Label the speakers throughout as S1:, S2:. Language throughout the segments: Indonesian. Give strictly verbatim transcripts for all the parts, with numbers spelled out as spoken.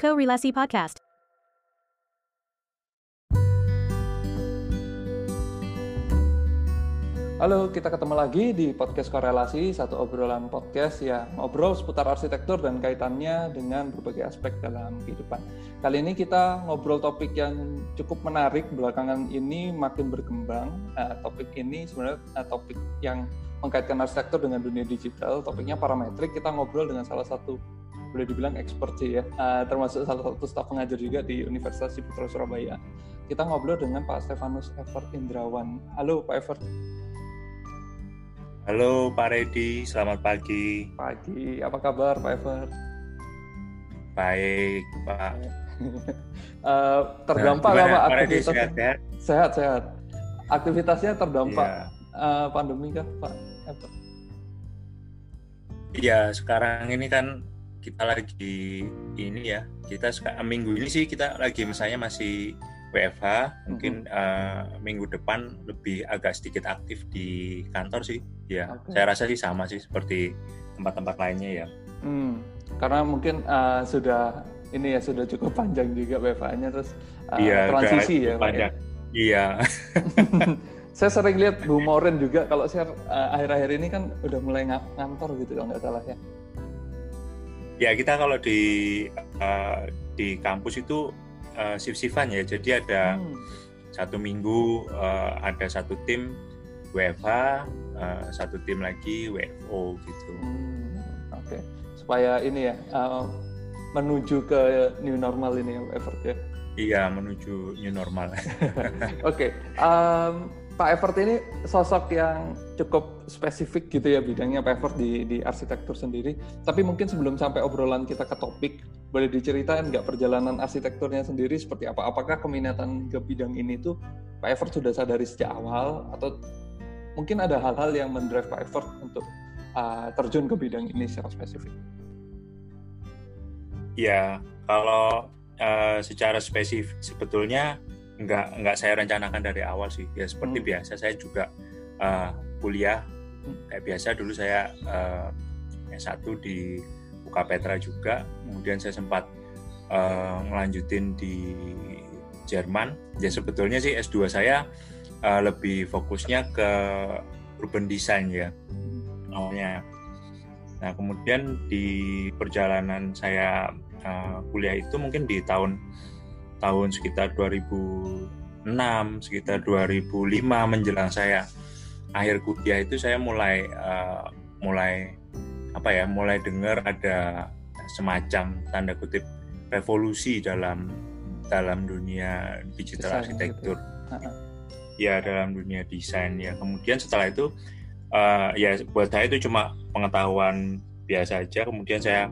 S1: Korelasi Podcast.
S2: Halo, kita ketemu lagi di podcast Korelasi, satu obrolan podcast yang ngobrol seputar arsitektur dan kaitannya dengan berbagai aspek dalam kehidupan. Kali ini kita ngobrol topik yang cukup menarik, belakangan ini makin berkembang. Nah, topik ini sebenarnya nah, topik yang mengkaitkan arsitektur dengan dunia digital, topiknya parametrik. Kita ngobrol dengan salah satu, boleh dibilang expert sih ya, uh, termasuk salah satu staf pengajar juga di Universitas Ciputra Surabaya. Kita ngobrol dengan Pak Stefanus Evert Indrawan. Halo Pak Evert.
S3: Halo Pak Reddy, selamat pagi.
S2: Pagi, apa kabar Pak Evert?
S3: Baik Pak.
S2: uh, terdampak nggak
S3: nah,
S2: Pak
S3: aktivitas? Sehat, sehat?
S2: sehat sehat. Aktivitasnya terdampak
S3: ya.
S2: uh, pandemi kah Pak Evert?
S3: Iya, sekarang ini kan kita lagi ini ya, kita sekarang minggu ini sih kita lagi misalnya masih W F H, mungkin mm-hmm. uh, minggu depan lebih agak sedikit aktif di kantor sih. Ya, okay. Saya rasa sih sama sih seperti tempat-tempat lainnya ya.
S2: Hmm, karena mungkin uh, sudah ini ya sudah cukup panjang juga W F H-nya, terus uh,
S3: iya,
S2: transisi ya Pak ya.
S3: Iya.
S2: Saya sering lihat Bu Moren juga kalau saya uh, akhir-akhir ini kan udah mulai ng- ngantor gitu kalau nggak salah ya.
S3: Ya, kita kalau di uh, di kampus itu uh, shift-shiftan ya. Jadi ada hmm. satu minggu uh, ada satu tim W F H, uh, satu tim lagi W F O gitu.
S2: Hmm, Oke, okay. Supaya ini ya uh, menuju ke new normal ini ya, Evert ya.
S3: Iya, menuju new normal.
S2: Oke, okay. um, Pak Evert ini sosok yang cukup spesifik gitu ya bidangnya Pak Evert di di arsitektur sendiri. Tapi mungkin sebelum sampai obrolan kita ke topik, boleh diceritain nggak perjalanan arsitekturnya sendiri seperti apa? Apakah keminatan ke bidang ini tuh Pak Evert sudah sadari sejak awal atau mungkin ada hal-hal yang mendrive Pak Evert untuk uh, terjun ke bidang ini secara spesifik?
S3: Ya, kalau uh, secara spesifik sebetulnya nggak nggak saya rencanakan dari awal sih. Ya seperti hmm. biasa saya juga uh, kuliah kayak biasa. Dulu saya uh, S satu di U K Petra juga, kemudian saya sempat uh, ngelanjutin di Jerman. Ya sebetulnya sih S dua saya Uh, lebih fokusnya ke urban design ya awalnya. Nah kemudian di perjalanan saya uh, kuliah itu mungkin di tahun tahun sekitar dua ribu enam, sekitar dua ribu lima menjelang saya akhir kuliah itu saya mulai uh, mulai apa ya mulai dengar ada semacam tanda kutip revolusi dalam dalam dunia digital arsitektur. Ya dalam dunia desain ya. Kemudian setelah itu uh, ya buat saya itu cuma pengetahuan biasa aja. Kemudian saya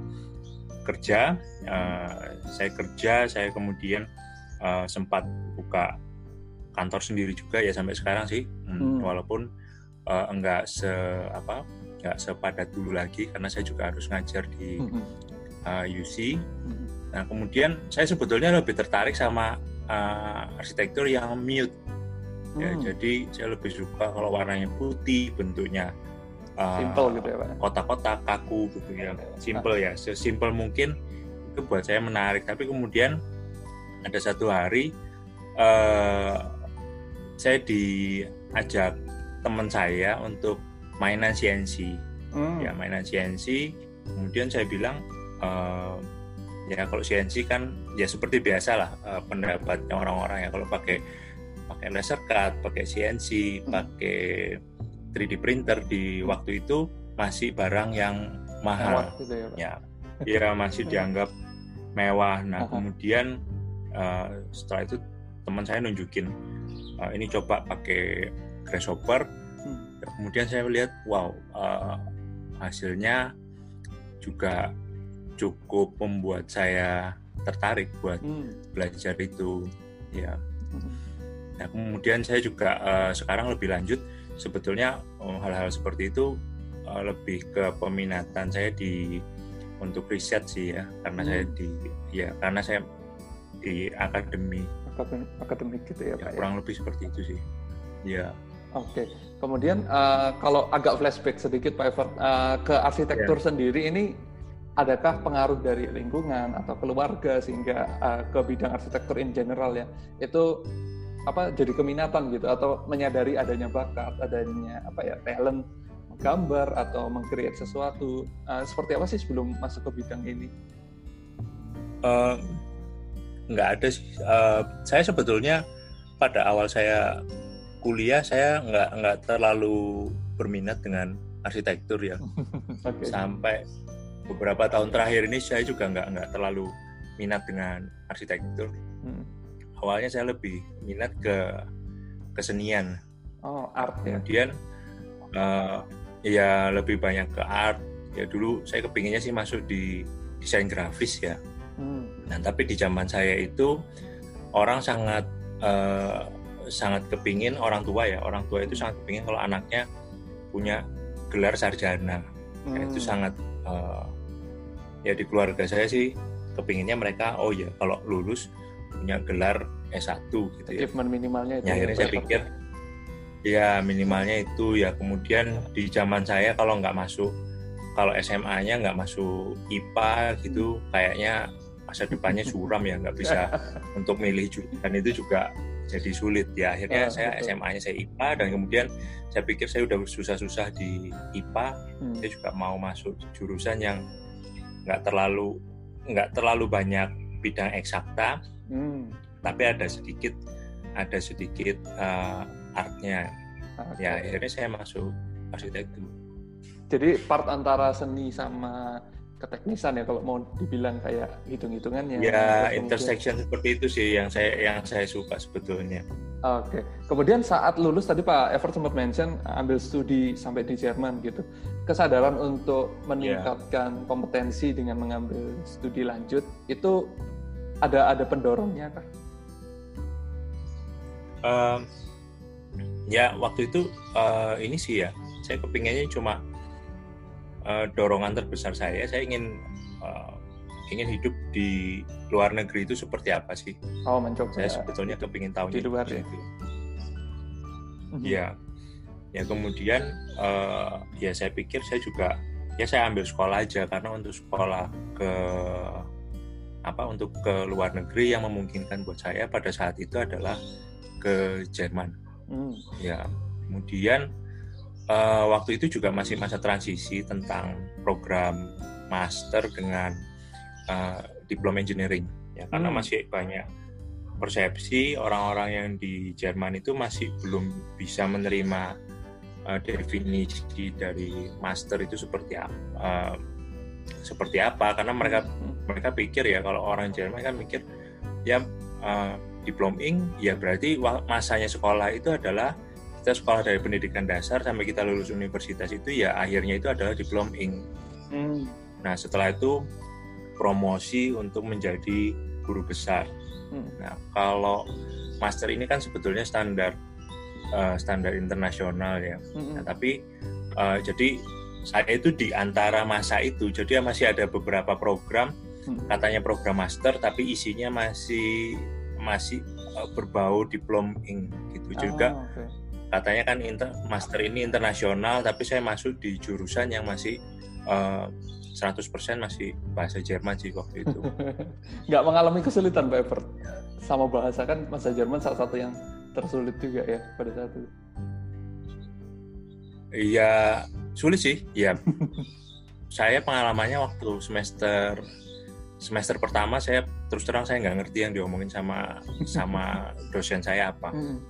S3: kerja, uh, saya kerja, saya kemudian uh, sempat buka kantor sendiri juga ya sampai sekarang sih. Hmm. Walaupun uh, enggak se apa enggak sepadat dulu lagi karena saya juga harus ngajar di uh, U C. Nah kemudian saya sebetulnya lebih tertarik sama uh, arsitektur yang mute. Ya, hmm. Jadi saya lebih suka kalau warnanya putih, bentuknya uh, simple gitu ya Pak. Kotak-kotak, kaku gitu ya. Simple ya, sesimpel mungkin itu buat saya menarik. Tapi kemudian ada satu hari uh, saya diajak teman saya untuk mainan C N C. Hmm. Ya, mainan C N C. Kemudian saya bilang uh, ya kalau C N C kan ya seperti biasa lah uh, pendapatnya orang-orang ya kalau pakai pakai laser cut, pakai C N C, pakai tiga D printer di waktu itu masih barang yang mahal. Mewah gitu ya, Pak? Ya, ya masih dianggap mewah. Nah, uh-huh. kemudian uh, setelah itu teman saya nunjukin uh, ini coba pakai grasshopper. Hmm. Kemudian saya lihat, wow, uh, hasilnya juga cukup membuat saya tertarik buat hmm. belajar itu. Ya. Hmm. Nah, kemudian saya juga uh, sekarang lebih lanjut sebetulnya uh, hal-hal seperti itu uh, lebih ke peminatan saya di untuk riset sih ya karena hmm. saya di ya karena saya di akademi
S2: akademik gitu ya,
S3: ya
S2: Pak.
S3: Kurang
S2: ya?
S3: lebih seperti itu sih. Ya.
S2: Oke. Kemudian uh, kalau agak flashback sedikit Pak Evert uh, ke arsitektur yeah. sendiri ini adakah pengaruh dari lingkungan atau keluarga sehingga uh, ke bidang arsitektur in general ya itu apa jadi keminatan gitu atau menyadari adanya bakat, adanya apa ya talent menggambar atau mengcreate sesuatu, uh, seperti apa sih sebelum masuk ke bidang ini?
S3: Uh, nggak ada sih. Uh, saya sebetulnya pada awal saya kuliah saya nggak nggak terlalu berminat dengan arsitektur ya. Okay. Sampai beberapa tahun terakhir ini saya juga nggak nggak terlalu minat dengan arsitektur. Hmm. Awalnya saya lebih minat ke kesenian.
S2: Oh, art ya.
S3: Kemudian uh, ya lebih banyak ke art. Ya dulu saya kepinginnya sih masuk di desain grafis ya. Hmm. Nah tapi di zaman saya itu orang sangat uh, sangat kepingin, orang tua ya orang tua itu sangat kepingin kalau anaknya punya gelar sarjana. Hmm. Ya, itu sangat uh, ya di keluarga saya sih kepinginnya mereka oh ya kalau lulus punya gelar S satu gitu ya.
S2: Achievement minimalnya itu.
S3: Ya, akhirnya saya pikir ya minimalnya itu ya. Kemudian di zaman saya kalau nggak masuk, kalau S M A-nya nggak masuk I P A gitu, kayaknya masa depannya suram ya, nggak bisa untuk milih jurusan itu juga jadi sulit ya. Akhirnya oh, saya betul. S M A-nya saya I P A dan kemudian saya pikir saya udah susah-susah di I P A, hmm. saya juga mau masuk jurusan yang nggak terlalu nggak terlalu banyak bidang eksakta, hmm. tapi ada sedikit ada sedikit uh, artnya. Okay. Ya akhirnya saya masuk arsitektur.
S2: Jadi part antara seni sama keteknisan ya kalau mau dibilang kayak hitung-hitungannya.
S3: Ya intersection kemudian seperti itu sih yang saya yang saya suka sebetulnya.
S2: Oke. Okay. Kemudian saat lulus tadi Pak Evert sempat mention ambil studi sampai di Jerman gitu. Kesadaran untuk meningkatkan yeah. kompetensi dengan mengambil studi lanjut itu ada ada pendorongnya kah?
S3: Um, ya waktu itu uh, ini sih ya saya kepinginnya cuma uh, dorongan terbesar saya saya ingin uh, ingin hidup di luar negeri itu seperti apa sih?
S2: Oh mencoba.
S3: Saya sebetulnya kepingin tahu
S2: di luar ya.
S3: Ya, ya kemudian uh, ya saya pikir saya juga ya saya ambil sekolah aja karena untuk sekolah ke apa untuk ke luar negeri yang memungkinkan buat saya pada saat itu adalah ke Jerman. Hmm. Ya, kemudian uh, waktu itu juga masih masa transisi tentang program master dengan uh, diploma engineering ya karena hmm. masih banyak persepsi orang-orang yang di Jerman itu masih belum bisa menerima uh, definisi dari master itu seperti apa uh, seperti apa karena mereka hmm. mereka pikir ya kalau orang Jerman kan mikir ya uh, diploma ing ya berarti masanya sekolah itu adalah kita sekolah dari pendidikan dasar sampai kita lulus universitas itu ya akhirnya itu adalah diploma ing. Hmm. Nah setelah itu promosi untuk menjadi guru besar. Hmm. Nah kalau master ini kan sebetulnya standar uh, standar internasional ya. Hmm. Nah, tapi uh, jadi saya itu di antara masa itu jadi masih ada beberapa program hmm. katanya program master tapi isinya masih masih uh, berbau diploma ing gitu oh, juga. Okay. Katanya kan inter, master ini internasional tapi saya masuk di jurusan yang masih uh, seratus persen masih bahasa Jerman sih waktu itu.
S2: Nggak mengalami kesulitan Pak Evert? Sama bahasa kan bahasa Jerman salah satu yang tersulit juga ya pada saat itu.
S3: Iya, sulit sih. Ya. Saya pengalamannya waktu semester semester pertama saya terus terang saya nggak ngerti yang diomongin sama sama dosen saya apa. Hmm.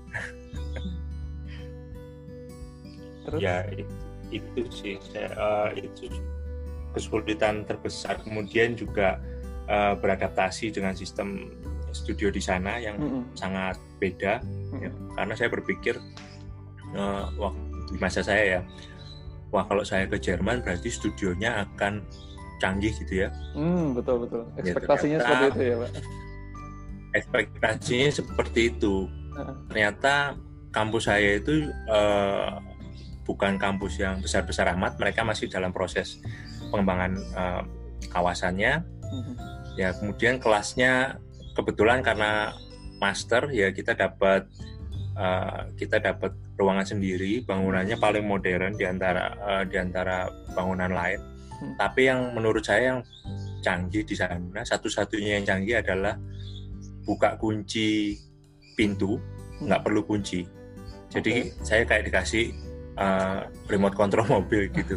S3: Terus? Ya itu, itu sih saya, uh, itu kesulitan terbesar. Kemudian juga uh, beradaptasi dengan sistem studio di sana yang mm-hmm. sangat beda. Mm-hmm. Ya, karena saya berpikir uh, waktu di masa saya ya, wah kalau saya ke Jerman berarti studionya akan canggih gitu ya.
S2: Hmm, betul betul. Ekspektasinya ya, seperti itu ya Pak.
S3: Ekspektasinya seperti itu. Uh-huh. Ternyata kampus saya itu uh, bukan kampus yang besar-besar amat, mereka masih dalam proses pengembangan uh, kawasannya. Mm-hmm. Ya kemudian kelasnya kebetulan karena master ya kita dapat uh, kita dapat ruangan sendiri, bangunannya paling modern di antara uh, di antara bangunan lain. Hmm. Tapi yang menurut saya yang canggih di sana, satu-satunya yang canggih adalah buka kunci pintu, nggak hmm. perlu kunci. Jadi okay. saya kayak dikasih uh, remote control mobil gitu.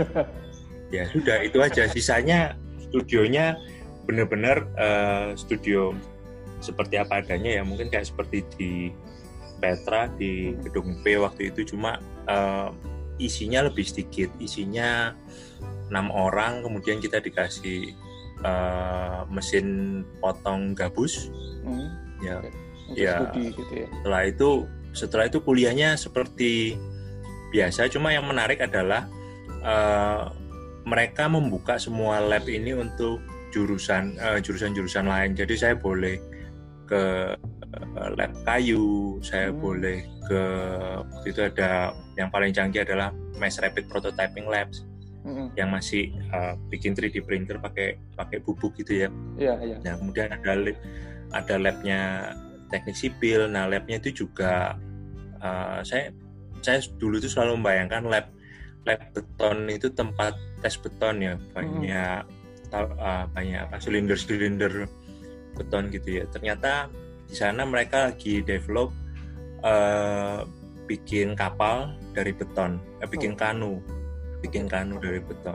S3: Ya sudah, itu aja. Sisanya studionya benar-benar uh, studio seperti apa adanya ya, mungkin kayak seperti di Petra di gedung P waktu itu, cuma uh, isinya lebih sedikit, isinya enam orang, kemudian kita dikasih uh, mesin potong gabus, hmm. ya, okay. ya. Gitu ya. Setelah itu, setelah itu kuliahnya seperti biasa, cuma yang menarik adalah uh, mereka membuka semua lab ini untuk jurusan uh, jurusan-jurusan lain. Jadi saya boleh ke lab kayu, saya hmm. boleh ke, waktu itu ada yang paling canggih adalah Mass Rapid Prototyping Labs, hmm. yang masih uh, bikin tiga D printer pakai pakai bubuk gitu ya.
S2: Iya, iya.
S3: Nah, kemudian ada ada labnya teknik sipil. Nah, labnya itu juga uh, saya saya dulu itu selalu membayangkan lab lab beton itu tempat tes beton ya, banyak hmm. uh, banyak apa silinder-silinder beton gitu ya. Ternyata di sana mereka lagi develop uh, bikin kapal dari beton, eh, bikin kanu, bikin kanu dari beton.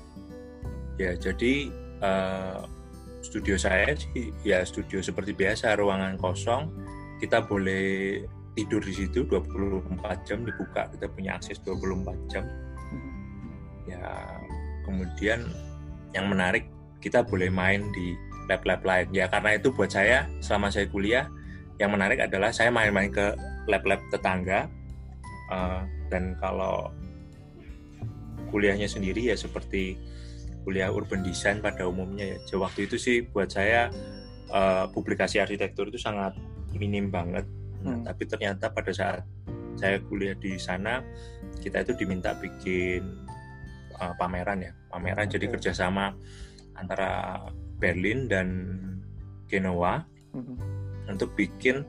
S3: Ya, jadi uh, studio saya sih ya studio seperti biasa, ruangan kosong, kita boleh tidur di situ dua puluh empat jam, dibuka, kita punya akses dua puluh empat jam. Ya, kemudian yang menarik kita boleh main di lab-lab lain. Ya karena itu buat saya selama saya kuliah yang menarik adalah saya main-main ke lab-lab tetangga, uh, dan kalau kuliahnya sendiri ya seperti kuliah urban design pada umumnya ya. Jadi waktu itu sih buat saya uh, publikasi arsitektur itu sangat minim banget. Nah, hmm. tapi ternyata pada saat saya kuliah di sana kita itu diminta bikin uh, pameran ya, pameran. Okay. Jadi kerjasama antara Berlin dan Genoa mm-hmm. untuk bikin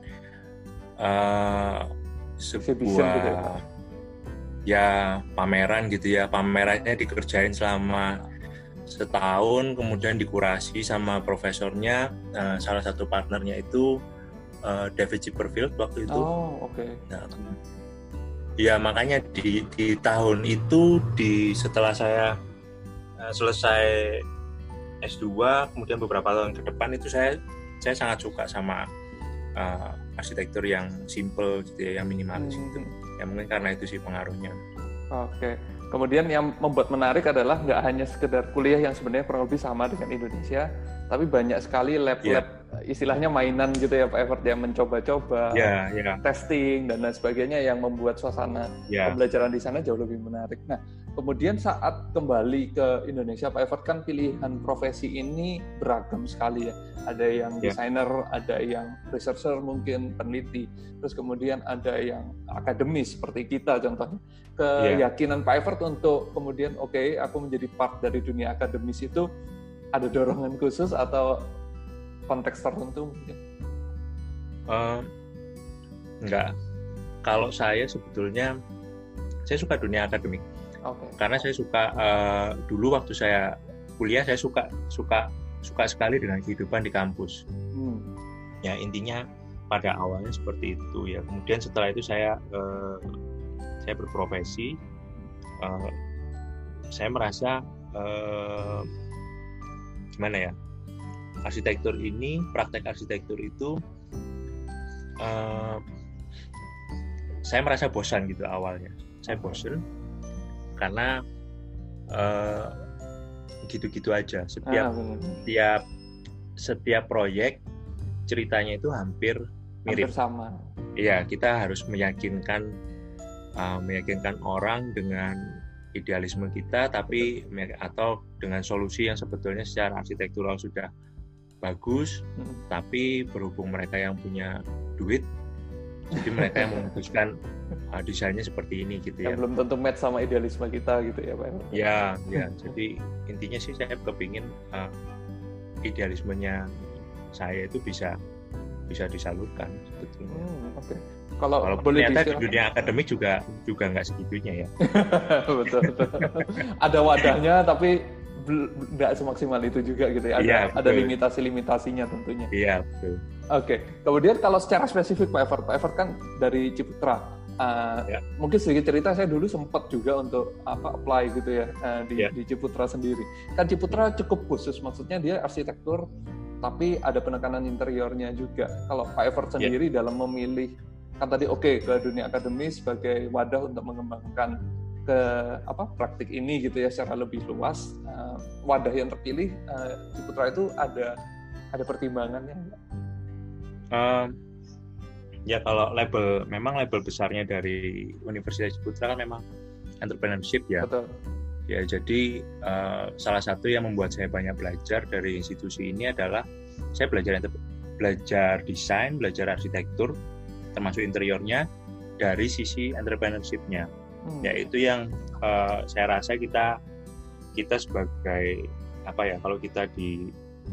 S3: uh, sebuah ya pameran gitu ya. Pamerannya dikerjain selama setahun, kemudian dikurasi sama profesornya. Uh, salah satu partnernya itu uh, David Chipperfield waktu itu.
S2: Oh, oke. Okay.
S3: Nah, ya makanya di di tahun itu di setelah saya uh, selesai S dua, kemudian beberapa tahun ke depan itu saya saya sangat suka sama uh, arsitektur yang simple gitu ya, yang minimalis hmm. gitu. Ya mungkin karena itu sih pengaruhnya.
S2: Oke. Kemudian yang membuat menarik adalah nggak hanya sekedar kuliah yang sebenarnya kurang lebih sama dengan Indonesia, tapi banyak sekali lab-lab yeah. istilahnya mainan gitu ya Pak Evert, yang mencoba-coba, yeah, yeah. testing dan lain sebagainya, yang membuat suasana yeah. pembelajaran di sana jauh lebih menarik. Nah, kemudian saat kembali ke Indonesia Pak Evert, kan pilihan profesi ini beragam sekali ya. Ada yang yeah. desainer, ada yang researcher mungkin peneliti, terus kemudian ada yang akademis seperti kita contohnya. Keyakinan yeah. Pak Evert untuk kemudian oke okay, aku menjadi part dari dunia akademis itu ada dorongan khusus atau konteks tertentu mungkin?
S3: Uh, enggak. Kalau saya sebetulnya saya suka dunia akademik. Okay. Karena saya suka uh, dulu waktu saya kuliah saya suka suka suka sekali dengan kehidupan di kampus. Hmm. Ya intinya pada awalnya seperti itu ya. Kemudian setelah itu saya uh, saya berprofesi. Uh, saya merasa uh, gimana ya, arsitektur ini, praktek arsitektur itu uh, saya merasa bosan gitu awalnya. Saya bosan karena uh, gitu-gitu aja. Setiap ah, setiap setiap proyek ceritanya itu hampir mirip.
S2: Hampir sama.
S3: Iya, kita harus meyakinkan uh, meyakinkan orang dengan idealisme kita, tapi atau dengan solusi yang sebetulnya secara arsitektural sudah bagus, hmm. tapi berhubung mereka yang punya duit, jadi mereka yang memutuskan uh, desainnya seperti ini gitu ya.
S2: Yang belum tentu match sama idealisme kita gitu ya Pak.
S3: Ya, ya. Jadi intinya sih saya kepingin uh, idealismenya saya itu bisa bisa disalurkan sebetulnya.
S2: Hmm, Oke. Okay. Kalau
S3: boleh ternyata di dunia akademik juga juga nggak segitunya ya.
S2: betul, betul. Ada wadahnya, tapi nggak semaksimal itu juga gitu ya. Ada,
S3: iya,
S2: ada limitasi-limitasinya tentunya.
S3: Iya, betul.
S2: Oke, kemudian kalau secara spesifik Pak Evert, Pak Evert kan dari Ciputra. Uh, ya. Mungkin sedikit cerita, saya dulu sempat juga untuk apa apply gitu ya uh, di, ya. di Ciputra sendiri. Kan Ciputra cukup khusus, maksudnya dia arsitektur, tapi ada penekanan interiornya juga. Kalau Pak Evert sendiri ya. dalam memilih, kan tadi oke okay, ke dunia akademis sebagai wadah untuk mengembangkan ke apa praktik ini gitu ya secara lebih luas. Uh, wadah yang terpilih uh, Ciputra itu ada ada pertimbangannya enggak?
S3: Um, ya kalau label memang label besarnya dari Universitas Ciputra kan memang entrepreneurship ya. Betul. Ya jadi uh, salah satu yang membuat saya banyak belajar dari institusi ini adalah saya belajar belajar desain, belajar arsitektur, termasuk interiornya dari sisi entrepreneurship-nya. Hmm. Yaitu yang uh, saya rasa kita kita sebagai apa ya kalau kita di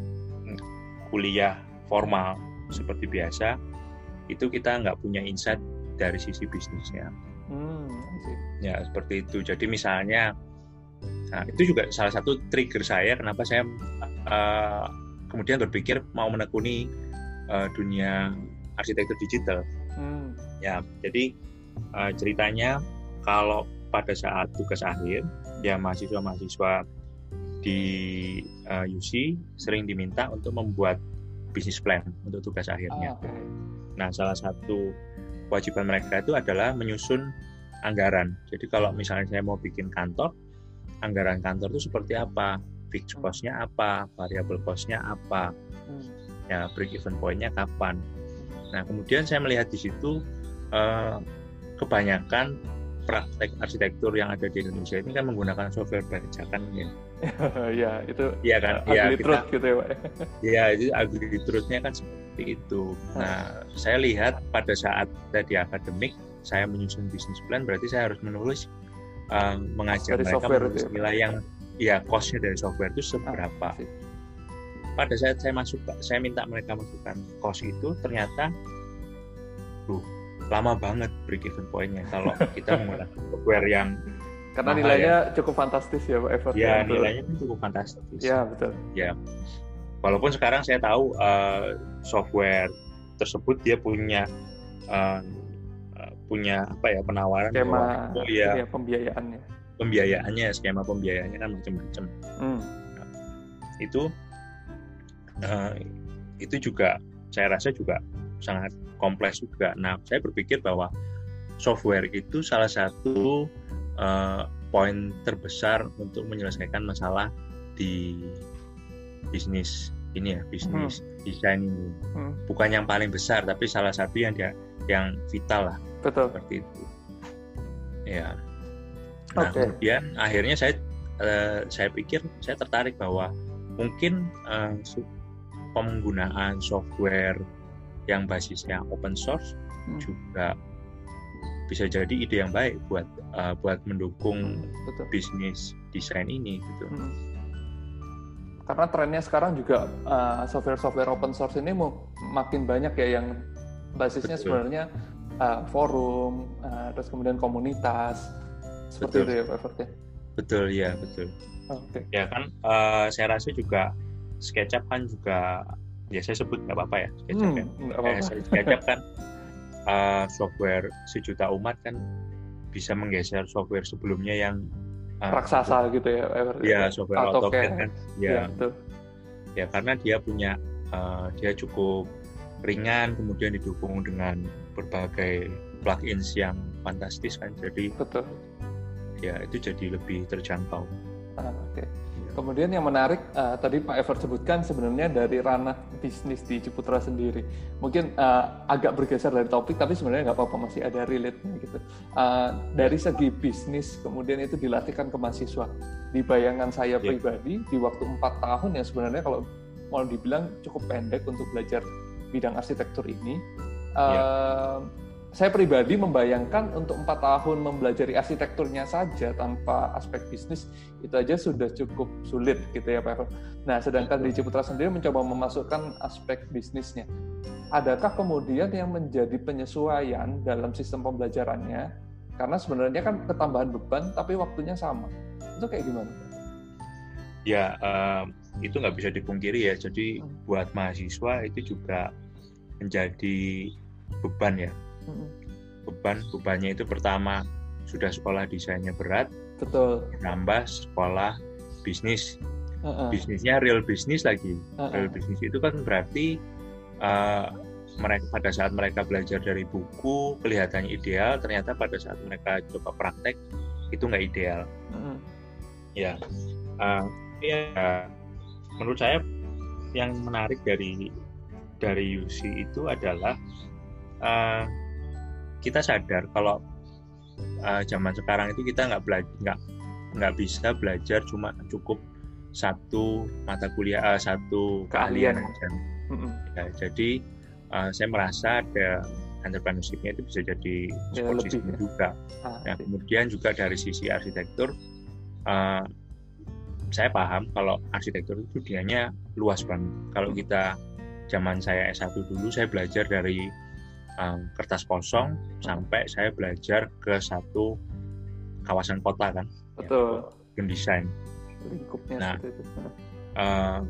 S3: kuliah formal seperti biasa itu kita nggak punya insight dari sisi bisnisnya. Hmm, ya seperti itu. Jadi misalnya, nah, itu juga salah satu trigger saya kenapa saya uh, kemudian berpikir mau menekuni uh, dunia arsitektur digital. Hmm. Ya, jadi uh, ceritanya kalau pada saat tugas akhir, ya mahasiswa-mahasiswa di uh, U C sering diminta untuk membuat bisnis plan untuk tugas akhirnya. Oh, okay. Nah, salah satu kewajiban mereka itu adalah menyusun anggaran. Jadi kalau misalnya saya mau bikin kantor, anggaran kantor itu seperti apa? Fixed cost-nya apa? Variable cost-nya apa? Hmm. Ya, break even point-nya kapan? Nah, kemudian saya melihat di situ uh, kebanyakan praktek arsitektur yang ada di Indonesia ini kan menggunakan software bajakan ya.
S2: Ya, itu
S3: ya kan,
S2: ugly
S3: ya,
S2: truth gitu ya, Pak.
S3: Ya, itu ugly truth-nya kan seperti itu. Nah, hmm. saya lihat pada saat saya di akademik, saya menyusun bisnis plan, berarti saya harus menulis, um, mengajak dari mereka menulis ya, nilai yang, ya, cost-nya dari software itu seberapa. Ah, pada saat saya masuk, saya minta mereka masukkan cost itu, ternyata, duh, lama banget break even point-nya kalau kita menggunakan software yang
S2: karena nilainya ya. cukup fantastis ya Pak Evert.
S3: Ya, nilainya kan cukup fantastis.
S2: Ya, betul.
S3: Ya. Walaupun sekarang saya tahu uh, software tersebut dia punya uh, punya apa ya penawaran
S2: skema bahwa, ya, ya pembiayaannya.
S3: Pembiayaannya, skema pembiayaannya kan macam-macam. Hmm. Nah, itu uh, itu juga saya rasa juga sangat kompleks juga. Nah, saya berpikir bahwa software itu salah satu uh, poin terbesar untuk menyelesaikan masalah di bisnis ini ya, bisnis hmm. desain ini. Hmm. Bukan yang paling besar, tapi salah satu yang dia yang vital lah.
S2: Betul.
S3: Seperti itu. Ya. Nah, okay. Kemudian akhirnya saya uh, saya pikir saya tertarik bahwa mungkin uh, penggunaan software yang basisnya open source hmm. juga bisa jadi ide yang baik buat uh, buat mendukung Betul. bisnis desain ini gitu. Hmm.
S2: Karena trennya sekarang juga uh, software-software open source ini mau makin banyak ya yang basisnya Betul. sebenarnya uh, forum, uh, terus kemudian komunitas seperti betul. itu ya Pak Evert ya.
S3: Betul ya betul.
S2: Oh, okay.
S3: Ya kan uh, saya rasa juga SketchUp kan juga ya saya sebut nggak apa-apa ya SketchUp hmm, kan. Eh, SketchUp kan uh, software sejuta umat kan bisa menggeser software sebelumnya yang
S2: uh, raksasa uh, gitu ya.
S3: Ya software AutoCAD kan. Ya,
S2: ya, betul.
S3: Ya karena dia punya uh, dia cukup ringan, kemudian didukung dengan berbagai plugins yang fantastis kan. Jadi
S2: betul.
S3: Ya itu jadi lebih terjangkau.
S2: Ah, Oke. Okay. Kemudian yang menarik uh, tadi Pak Evert sebutkan sebenarnya dari ranah bisnis di Ciputra sendiri. Mungkin uh, agak bergeser dari topik, tapi sebenarnya nggak apa-apa, masih ada relate-nya gitu. Uh, dari segi bisnis kemudian itu dilatihkan ke mahasiswa. Di bayangan saya yeah. pribadi di waktu empat tahun yang sebenarnya kalau mau dibilang cukup pendek untuk belajar bidang arsitektur ini. Uh, yeah. Saya pribadi membayangkan untuk empat tahun mempelajari arsitekturnya saja tanpa aspek bisnis itu aja sudah cukup sulit gitu ya Pak Evert. Nah, sedangkan di Ciputra sendiri mencoba memasukkan aspek bisnisnya. Adakah kemudian yang menjadi penyesuaian dalam sistem pembelajarannya? Karena sebenarnya kan ketambahan beban tapi waktunya sama. Itu kayak gimana?
S3: Ya, um, itu nggak bisa dipungkiri ya. Jadi hmm. buat mahasiswa itu juga menjadi beban ya. Hmm. Beban, bebannya itu pertama sudah sekolah desainnya berat.
S2: Betul.
S3: Nambah sekolah bisnis. Uh-uh. Bisnisnya real bisnis lagi. Uh-uh. Real bisnis itu kan berarti uh, mereka pada saat mereka belajar dari buku kelihatannya ideal, ternyata pada saat mereka coba praktek itu nggak ideal. Uh-uh. Ya. Uh, Ya, menurut saya yang menarik dari dari U C itu adalah uh, kita sadar kalau uh, zaman sekarang itu kita nggak belajar nggak nggak bisa belajar cuma cukup satu mata kuliah uh, satu keahlian aja. Mm-hmm. Ya, jadi uh, saya merasa ada entrepreneurship-nya itu bisa jadi support
S2: ya,
S3: system juga. Ah, nah, kemudian juga dari sisi arsitektur. Uh, saya paham kalau arsitektur itu dunianya luas banget. Kalau kita zaman saya S satu dulu, saya belajar dari um, kertas kosong sampai saya belajar ke satu kawasan kota kan.
S2: Betul.
S3: Ya, desain.
S2: Lingkupnya
S3: nah,
S2: seperti itu.
S3: Uh,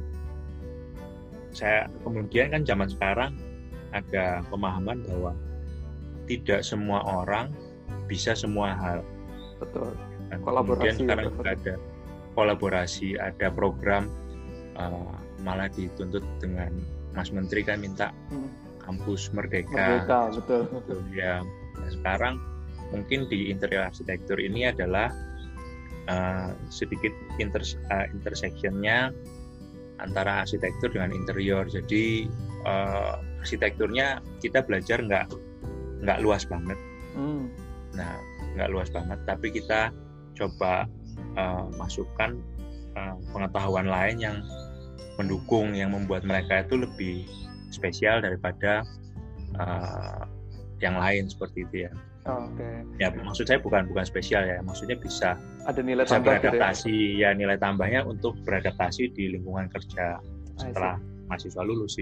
S3: saya kemudian kan zaman sekarang ada pemahaman bahwa tidak semua orang bisa semua hal.
S2: Betul.
S3: Dan kemudian sekarang juga ada kolaborasi, ada program uh, malah dituntut dengan Mas Menteri kan minta hmm. kampus merdeka.
S2: Merdeka, betul.
S3: betul ya. Nah, sekarang mungkin di interior arsitektur ini adalah uh, sedikit inter, uh, intersection-nya antara arsitektur dengan interior. Jadi uh, arsitekturnya kita belajar nggak nggak luas banget. Hmm. Nah, nggak luas banget, tapi kita coba Uh, masukkan uh, pengetahuan lain yang mendukung, yang membuat mereka itu lebih spesial daripada uh, yang lain seperti itu ya.
S2: Oh, Oke. Okay.
S3: Ya maksud saya bukan bukan spesial ya, maksudnya bisa
S2: ada nilai
S3: bisa
S2: tambah
S3: beradaptasi ya. ya nilai tambahnya untuk beradaptasi di lingkungan kerja setelah mahasiswa lulus sih.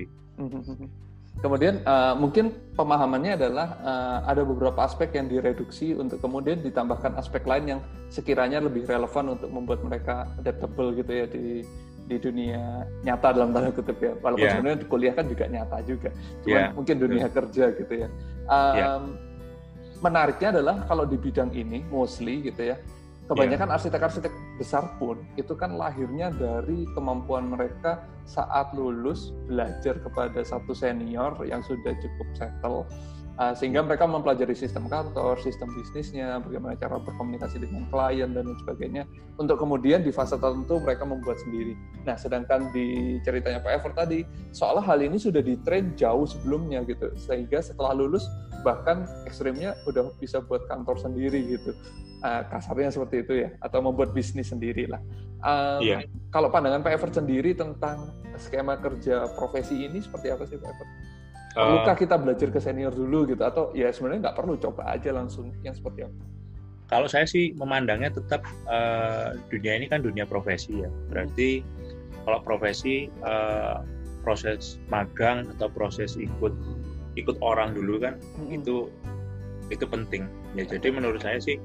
S2: Kemudian uh, mungkin pemahamannya adalah uh, ada beberapa aspek yang direduksi untuk kemudian ditambahkan aspek lain yang sekiranya lebih relevan untuk membuat mereka adaptable gitu ya di di dunia nyata dalam tanda kutip ya. Walaupun yeah. sebenarnya kuliah kan juga nyata juga, cuman yeah. mungkin dunia yeah. kerja gitu ya. Um, yeah. Menariknya adalah kalau di bidang ini mostly gitu ya, kebanyakan yeah. arsitek-arsitek besar pun itu kan lahirnya dari kemampuan mereka saat lulus belajar kepada satu senior yang sudah cukup settle, uh, sehingga mereka mempelajari sistem kantor, sistem bisnisnya, bagaimana cara berkomunikasi dengan klien dan lain sebagainya, untuk kemudian di fase tertentu mereka membuat sendiri. Nah, sedangkan di ceritanya Pak Ever tadi, seolah hal ini sudah di-train jauh sebelumnya gitu, sehingga setelah lulus bahkan ekstrimnya udah bisa buat kantor sendiri gitu. Uh, kasarnya seperti itu ya, atau membuat bisnis sendiri lah. Um, yeah. Kalau pandangan Pak Ever sendiri tentang skema kerja profesi ini seperti apa sih Pak Ever? Perlukah uh, kita belajar ke senior dulu gitu, atau ya sebenarnya nggak perlu, coba aja langsung yang seperti apa?
S3: Kalau saya sih memandangnya tetap uh, dunia ini kan dunia profesi ya. Berarti hmm. kalau profesi uh, proses magang atau proses ikut ikut orang dulu kan hmm. itu itu penting ya. Jadi menurut saya sih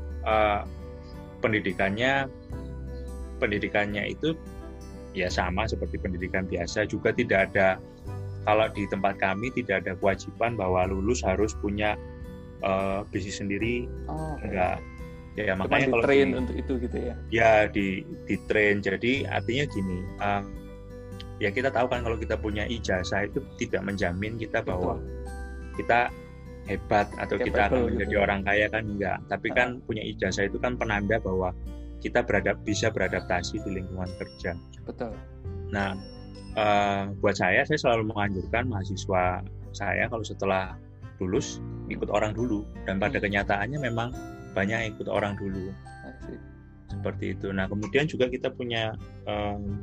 S3: Uh, pendidikannya pendidikannya itu ya sama seperti pendidikan biasa, juga tidak ada, kalau di tempat kami tidak ada kewajiban bahwa lulus harus punya uh, bisnis sendiri.
S2: Oh, okay.
S3: Enggak ya, makanya
S2: kalau
S3: di
S2: train untuk itu gitu ya
S3: ya di di train. Jadi artinya gini, uh, ya kita tahu kan kalau kita punya ijazah itu tidak menjamin kita bahwa Betul. kita hebat atau Capable kita akan menjadi gitu. Orang kaya kan enggak, tapi kan punya ijazah itu kan penanda bahwa kita beradap bisa beradaptasi di lingkungan kerja.
S2: Betul.
S3: Nah, uh, buat saya saya selalu menganjurkan mahasiswa saya kalau setelah lulus ikut orang dulu, dan pada hmm. kenyataannya memang banyak yang ikut orang dulu. Asik. Seperti itu. Nah, kemudian juga kita punya um,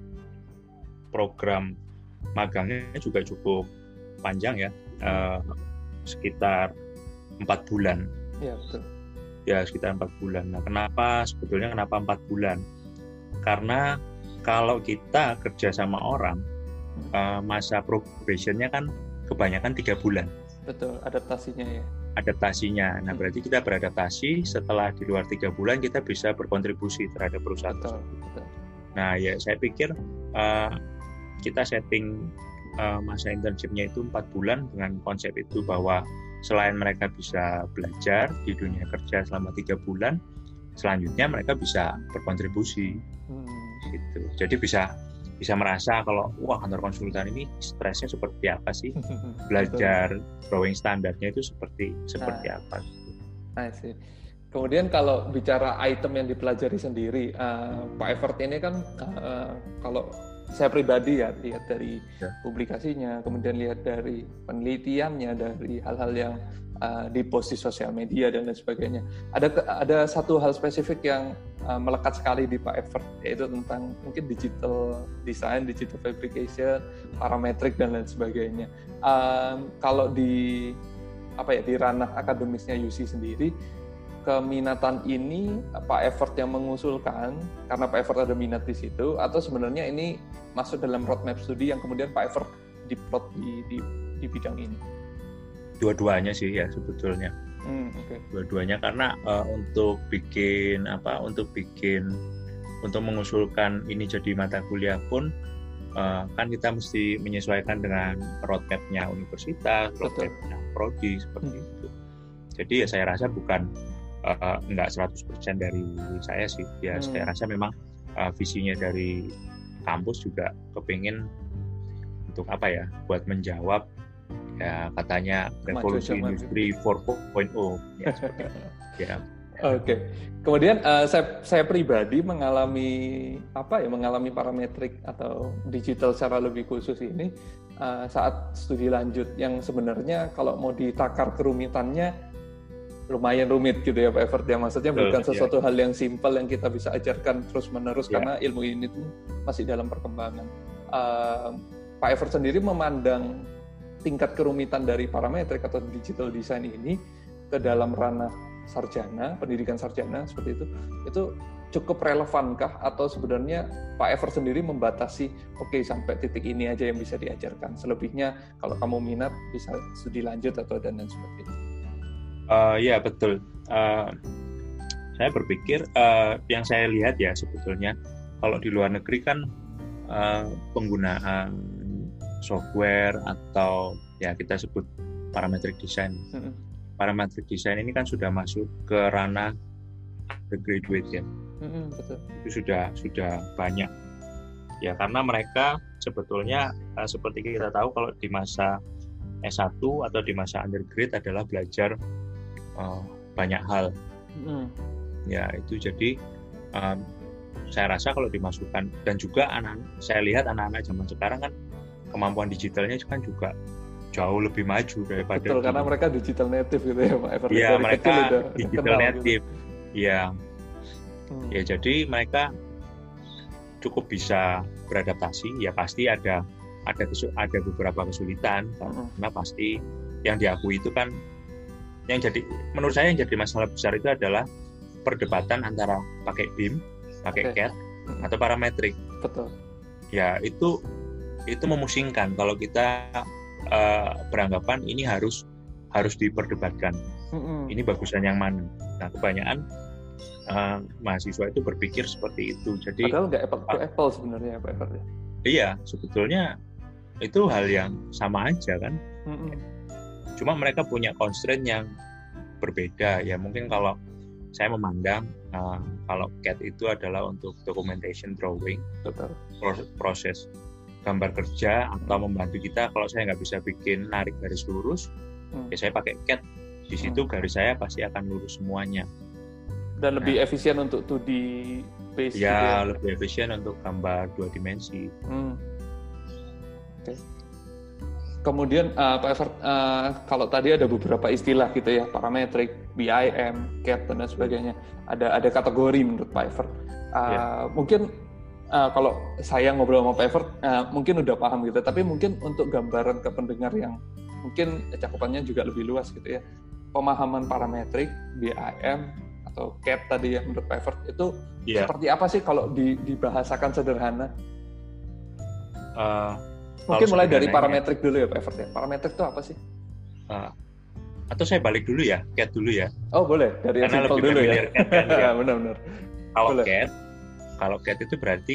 S3: program magangnya juga cukup panjang ya. Uh, sekitar empat bulan.
S2: Ya, betul.
S3: Ya, sekitar empat bulan. Nah, kenapa sebetulnya kenapa empat bulan? Karena kalau kita kerja sama orang, hmm. uh, masa probationnya kan kebanyakan tiga bulan.
S2: Betul, adaptasinya ya.
S3: Adaptasinya. Nah, hmm. berarti kita beradaptasi, setelah di luar tiga bulan kita bisa berkontribusi terhadap perusahaan.
S2: Betul, betul.
S3: Nah ya saya pikir uh, kita setting uh, masa internship-nya itu empat bulan dengan konsep itu bahwa selain mereka bisa belajar di dunia kerja selama tiga bulan, selanjutnya mereka bisa berkontribusi. Hmm. Gitu. Jadi bisa bisa merasa kalau wah kantor konsultan ini stresnya seperti apa sih, belajar drawing standarnya itu seperti seperti nah, apa.
S2: I see. Kemudian kalau bicara item yang dipelajari sendiri, uh, Pak Evert ini kan uh, kalau saya pribadi ya lihat dari ya. publikasinya, kemudian lihat dari penelitiannya, dari hal-hal yang uh, dipost di sosial media dan lain sebagainya. Ada ada satu hal spesifik yang uh, melekat sekali di Pak Evert, yaitu tentang mungkin digital design, digital fabrication, parametrik dan lain sebagainya. Um, kalau di apa ya di ranah akademisnya U C sendiri, keminatan ini Pak Evert yang mengusulkan karena Pak Evert ada minat di situ, atau sebenarnya ini masuk dalam roadmap studi yang kemudian Pak Evert diplot di, di di bidang ini?
S3: Dua-duanya sih ya sebetulnya. Hmm, okay. Dua-duanya karena uh, untuk bikin apa untuk bikin untuk mengusulkan ini jadi mata kuliah pun uh, kan kita mesti menyesuaikan dengan roadmap-nya universitas, roadmap-nya prodi seperti hmm. itu. Jadi ya saya rasa bukan Uh, enggak seratus persen dari saya sih ya, hmm. saya rasa memang uh, visinya dari kampus juga kepingin untuk apa ya, buat menjawab ya katanya revolusi industri empat titik nol ya seperti itu ya.
S2: Oke, okay. Kemudian uh, saya saya pribadi mengalami apa ya mengalami parametrik atau digital secara lebih khusus ini uh, saat studi lanjut yang sebenarnya kalau mau ditakar kerumitannya lumayan rumit gitu ya Pak Evert ya, maksudnya bukan sesuatu yeah. hal yang simpel yang kita bisa ajarkan terus menerus yeah. karena ilmu ini tuh masih dalam perkembangan. Uh, Pak Evert sendiri memandang tingkat kerumitan dari parametrik atau digital design ini ke dalam ranah sarjana, pendidikan sarjana seperti itu, itu cukup relevankah atau sebenarnya Pak Evert sendiri membatasi oke okay, sampai titik ini aja yang bisa diajarkan, selebihnya kalau kamu minat bisa studi lanjut atau dan lain sebagainya?
S3: Uh, ya betul. Uh, saya berpikir uh, yang saya lihat ya sebetulnya kalau di luar negeri kan uh, penggunaan software atau ya kita sebut parametric design. Mm-hmm. Parametric design ini kan sudah masuk ke ranah undergraduate ya. Mm-hmm, betul. Itu sudah sudah banyak. Ya karena mereka sebetulnya uh, seperti kita tahu kalau di masa S satu atau di masa undergrad adalah belajar Uh, banyak hal, mm. ya itu jadi um, saya rasa kalau dimasukkan dan juga anak saya lihat anak-anak zaman sekarang kan kemampuan digitalnya kan juga jauh lebih maju daripada
S2: betul, karena mereka digital native gitu ya Pak Evert.
S3: Iya mereka digital native, gitu. ya, hmm. ya jadi mereka cukup bisa beradaptasi. Ya pasti ada ada ada beberapa kesulitan hmm. karena pasti yang diakui itu kan. Yang jadi, menurut saya yang jadi masalah besar itu adalah perdebatan antara pakai B I M, pakai okay. C A D, hmm. atau parametrik.
S2: Betul.
S3: Ya itu itu memusingkan kalau kita uh, beranggapan ini harus harus diperdebatkan. Hmm. Ini bagusan yang mana? Nah kebanyakan uh, mahasiswa itu berpikir seperti itu. Jadi
S2: padahal nggak apple to apple sebenarnya Pak Evert ya.
S3: Iya sebetulnya itu hal yang sama aja kan. Hmm. Cuma mereka punya constraint yang berbeda ya. Mungkin kalau saya memandang uh, kalau C A D itu adalah untuk documentation drawing,
S2: betul.
S3: Proses gambar kerja atau membantu kita. Kalau saya nggak bisa bikin narik garis lurus, hmm. ya saya pakai C A D. Di situ hmm. garis saya pasti akan lurus semuanya.
S2: Dan lebih nah, efisien untuk two D base.
S3: Ya, gitu. Lebih efisien untuk gambar dua dimensi. Hmm.
S2: Oke. Okay. Kemudian uh, Pak Evert, uh, kalau tadi ada beberapa istilah gitu ya, parametrik, B I M, C A D dan sebagainya. Ada ada kategori menurut Pak Evert. Uh, yeah. Mungkin uh, kalau saya ngobrol sama Pak Evert, uh, mungkin udah paham gitu. Tapi mungkin untuk gambaran ke pendengar yang mungkin cakupannya juga lebih luas gitu ya. Pemahaman parametrik, B I M atau C A D tadi ya menurut Pak Evert itu yeah. seperti apa sih kalau di, dibahasakan sederhana?
S3: Uh...
S2: Mungkin mulai dari parametrik dulu ya Pak Evert ya. Parametrik itu apa sih?
S3: Uh, atau saya balik dulu ya, C A D dulu ya.
S2: Oh boleh, dari yang simple dulu ya.
S3: Kan, ya.
S2: Benar-benar.
S3: Kalau C A D, kalau C A D itu berarti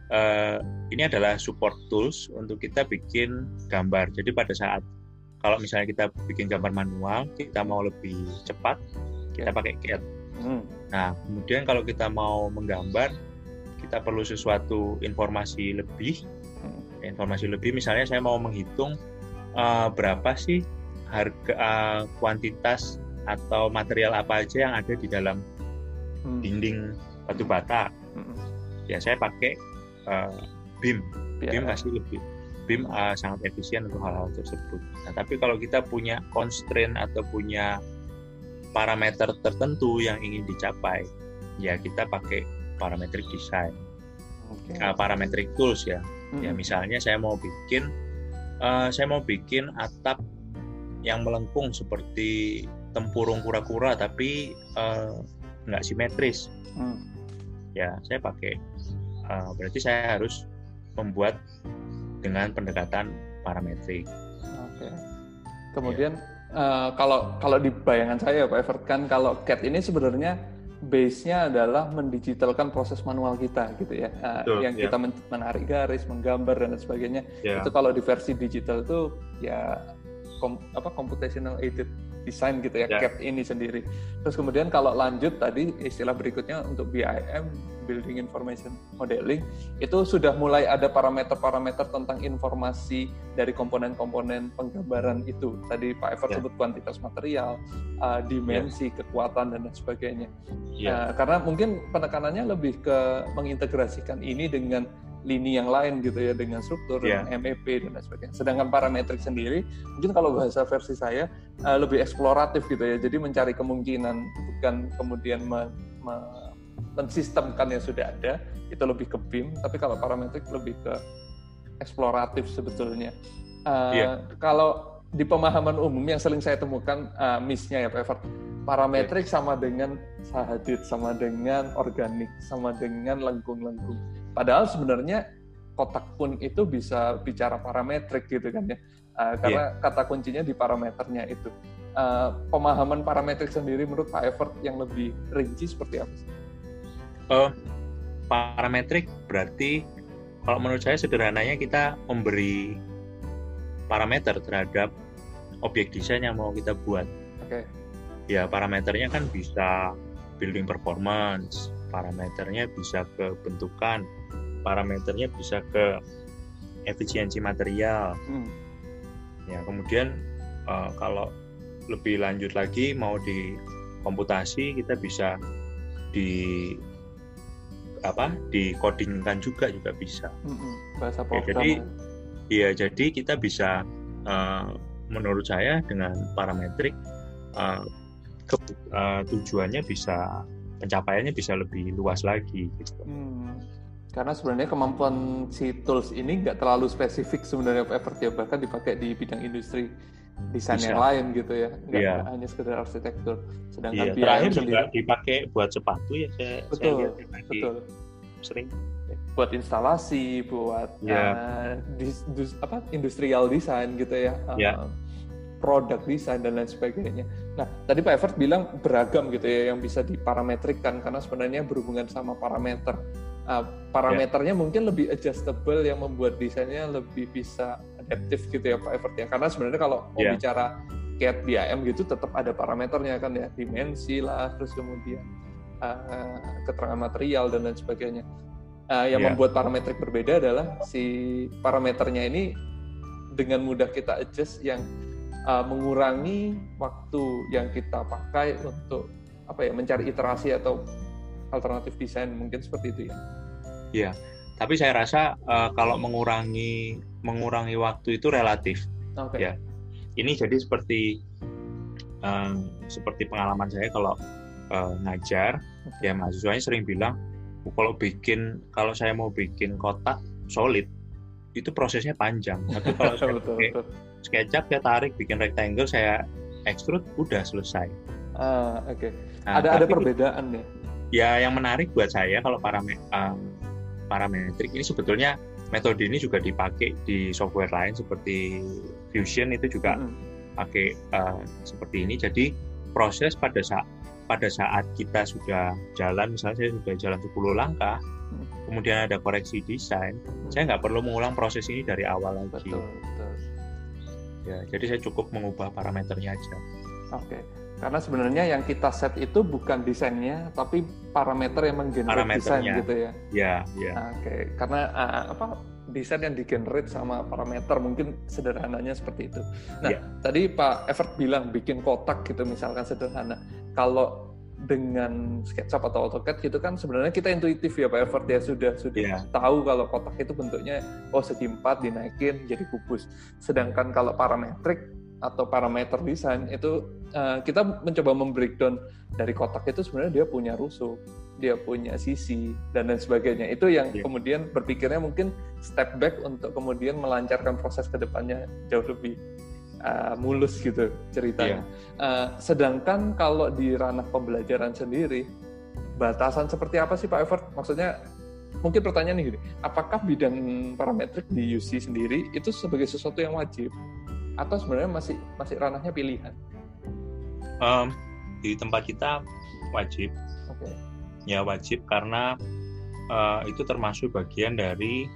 S3: uh, ini adalah support tools untuk kita bikin gambar. Jadi pada saat kalau misalnya kita bikin gambar manual, kita mau lebih cepat, kita pakai C A D. Hmm. Nah, kemudian kalau kita mau menggambar, kita perlu sesuatu informasi lebih. Hmm. Informasi lebih, misalnya saya mau menghitung uh, berapa sih harga uh, kuantitas atau material apa aja yang ada di dalam hmm. dinding batu bata. Hmm. Ya, saya pakai uh, B I M. Ya. B I M masih lebih. B I M uh, sangat efisien untuk hal-hal tersebut. Nah, tapi kalau kita punya constraint atau punya parameter tertentu yang ingin dicapai, ya kita pakai parametric design, okay. uh, parametric tools ya. Mm-hmm. Ya misalnya saya mau bikin, uh, saya mau bikin atap yang melengkung seperti tempurung kura-kura, tapi uh, nggak simetris. Mm. Ya saya pakai, uh, berarti saya harus membuat dengan pendekatan parametrik.
S2: Oke. Kemudian ya. uh, kalau kalau di bayangan saya Pak Evert, kan kalau C A D ini sebenarnya base-nya adalah mendigitalkan proses manual kita gitu ya. Uh, Betul, yang ya. Kita menarik garis, menggambar dan sebagainya. Ya. Itu kalau di versi digital itu ya kom, apa computational aided design gitu ya, ya. C A D ini sendiri. Terus kemudian kalau lanjut tadi istilah berikutnya untuk B I M, Building Information Modeling, itu sudah mulai ada parameter-parameter tentang informasi dari komponen-komponen penggambaran itu. Tadi Pak Evert ya. Sebut kuantitas material, uh, dimensi, ya. Kekuatan dan lain sebagainya. Ya. Uh, karena mungkin penekanannya lebih ke mengintegrasikan ini dengan lini yang lain gitu ya, dengan struktur, yeah. dengan M E P dan lain sebagainya. Sedangkan parametrik sendiri, mungkin kalau bahasa versi saya uh, lebih eksploratif gitu ya. Jadi mencari kemungkinan, bukan kemudian me, me, mensistemkan yang sudah ada, itu lebih ke B I M. Tapi kalau parametrik lebih ke eksploratif sebetulnya. Uh, yeah. Kalau di pemahaman umum yang sering saya temukan uh, miss-nya ya Pak Evert, parametrik yeah. sama dengan sahadid, sama dengan organik, sama dengan lengkung-lengkung. Padahal sebenarnya kotak pun itu bisa bicara parametrik gitu kan ya, uh, karena yeah. kata kuncinya di parameternya itu. Uh, pemahaman parametrik sendiri menurut Pak Evert yang lebih rinci seperti apa sih?
S3: Uh, parametrik berarti kalau menurut saya sederhananya kita memberi parameter terhadap objek desain yang mau kita buat. Oke. Okay. Ya parameternya kan bisa building performance, parameternya bisa ke bentukan, parameternya bisa ke efisiensi material. Hmm. Ya, kemudian uh, kalau lebih lanjut lagi mau di komputasi kita bisa di apa? Dikodingkan juga juga bisa. Hmm,
S2: bahasa program. Ya,
S3: jadi iya, jadi kita bisa uh, menurut saya dengan parametrik uh, ke, uh, tujuannya bisa pencapaiannya bisa lebih luas lagi gitu. Hmm.
S2: Karena sebenarnya kemampuan si tools ini nggak terlalu spesifik sebenarnya Pak Evert ya, bahkan dipakai di bidang industri desain bisa. Yang lain gitu ya, nggak yeah. hanya sekedar arsitektur. Sedangkan
S3: yeah. terakhir juga dipakai buat sepatu ya, saya,
S2: betul,
S3: saya lihat
S2: betul.
S3: Sering
S2: buat instalasi, buat yeah. uh, dis, dus, apa industrial design gitu ya. Uh, yeah. Produk desain dan lain sebagainya. Nah, tadi Pak Evert bilang beragam gitu ya yang bisa diparametrikkan karena sebenarnya berhubungan sama parameter. Uh, parameternya yeah. mungkin lebih adjustable yang membuat desainnya lebih bisa adaptif gitu ya Pak Evert ya. Karena sebenarnya kalau mau yeah. bicara C A D B I M gitu tetap ada parameternya kan ya, dimensi lah, terus kemudian uh, keterangan material dan lain sebagainya. Uh, yang yeah. membuat parametrik berbeda adalah si parameternya ini dengan mudah kita adjust yang Uh, mengurangi waktu yang kita pakai untuk apa ya mencari iterasi atau alternatif desain, mungkin seperti itu ya.
S3: Iya, tapi saya rasa uh, kalau mengurangi mengurangi waktu itu relatif. Okay. Ya, ini jadi seperti um, seperti pengalaman saya kalau uh, ngajar, okay. ya mahasiswanya sering bilang kalau bikin kalau saya mau bikin kotak solid itu prosesnya panjang. Tapi kalau saya betul, pakai betul. SketchUp saya tarik bikin rectangle, saya extrude, udah selesai.
S2: Ah, oke. Okay. Nah, ada ada perbedaan ya?
S3: Ya, yang menarik buat saya kalau paramet, um, parametrik ini sebetulnya metode ini juga dipakai di software lain seperti Fusion itu juga mm-hmm. pakai uh, seperti ini. Jadi proses pada saat pada saat kita sudah jalan, misalnya saya sudah jalan sepuluh langkah, mm-hmm. kemudian ada koreksi desain, hmm. saya nggak perlu mengulang proses ini dari awal lagi.
S2: Betul, betul.
S3: Ya, jadi saya cukup mengubah parameternya aja.
S2: Oke, karena sebenarnya yang kita set itu bukan desainnya, tapi parameter yang menggenerate desain gitu ya.
S3: Ya, ya.
S2: Oke, karena uh, apa desain yang digenerate sama parameter mungkin sederhananya seperti itu. Nah, ya. Tadi Pak Evert bilang bikin kotak gitu misalkan sederhana. Kalau dengan SketchUp atau AutoCAD gitu kan sebenarnya kita intuitif ya Pak Evert ya, sudah sudah yeah. tahu kalau kotak itu bentuknya oh segi empat dinaikin jadi kubus. Sedangkan kalau parametrik atau parameter desain itu uh, kita mencoba membreakdown dari kotak itu sebenarnya dia punya rusuk, dia punya sisi dan lain sebagainya. Itu yang yeah. kemudian berpikirnya mungkin step back untuk kemudian melancarkan proses ke depannya jauh lebih Uh, mulus gitu ceritanya. Yeah. Uh, sedangkan kalau di ranah pembelajaran sendiri, batasan seperti apa sih Pak Evert? Maksudnya mungkin pertanyaan nih gini, apakah bidang parametrik di U C sendiri itu sebagai sesuatu yang wajib atau sebenarnya masih masih ranahnya pilihan?
S3: Um, di tempat kita wajib.
S2: Oke. Okay.
S3: Ya wajib karena uh, itu termasuk bagian dari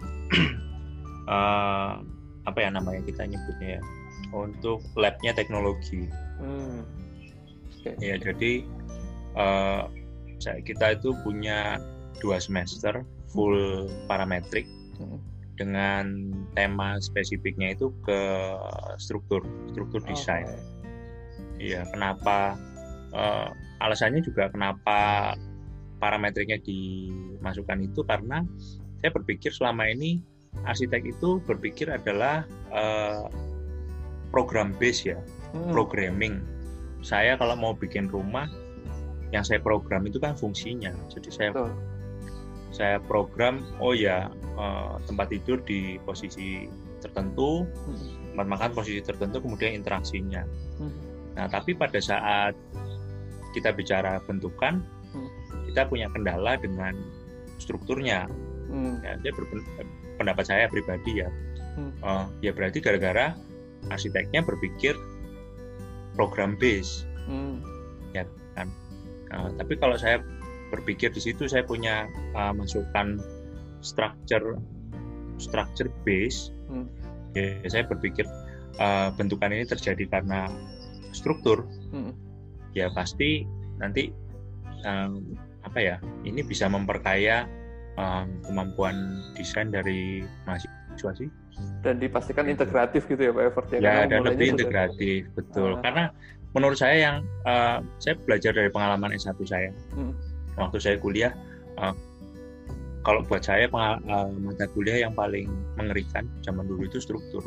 S3: uh, apa ya namanya kita nyebutnya ya, untuk labnya teknologi. Hmm. Okay. Ya jadi uh, kita itu punya dua semester full parametrik hmm. dengan tema spesifiknya itu ke struktur struktur desain. Iya, okay. Kenapa? Uh, alasannya juga kenapa parametriknya dimasukkan itu karena saya berpikir selama ini arsitek itu berpikir adalah uh, program base ya, hmm. programming. Saya kalau mau bikin rumah, yang saya program itu kan fungsinya. Jadi saya Betul. saya program, oh ya uh, tempat tidur di posisi tertentu, hmm. tempat makan posisi tertentu, kemudian interaksinya. Hmm. Nah, tapi pada saat kita bicara bentukan, hmm. kita punya kendala dengan strukturnya. Hmm. Ya, dia berpen, pendapat saya pribadi ya, hmm. uh, ya berarti gara-gara arsiteknya berpikir program base, hmm. ya kan. Uh, tapi kalau saya berpikir di situ saya punya uh, masukan structure structure base, hmm. ya saya berpikir uh, bentukan ini terjadi karena struktur, hmm. ya pasti nanti um, apa ya ini bisa memperkaya um, kemampuan desain dari mahasiswa sih.
S2: Dan dipastikan integratif gitu ya Pak Evert ya?
S3: Ya, dan lebih integratif, sudah... betul. Ah. Karena menurut saya yang uh, saya belajar dari pengalaman S satu saya, hmm. waktu saya kuliah, uh, kalau buat saya pengal- uh, mata kuliah yang paling mengerikan zaman dulu itu struktur,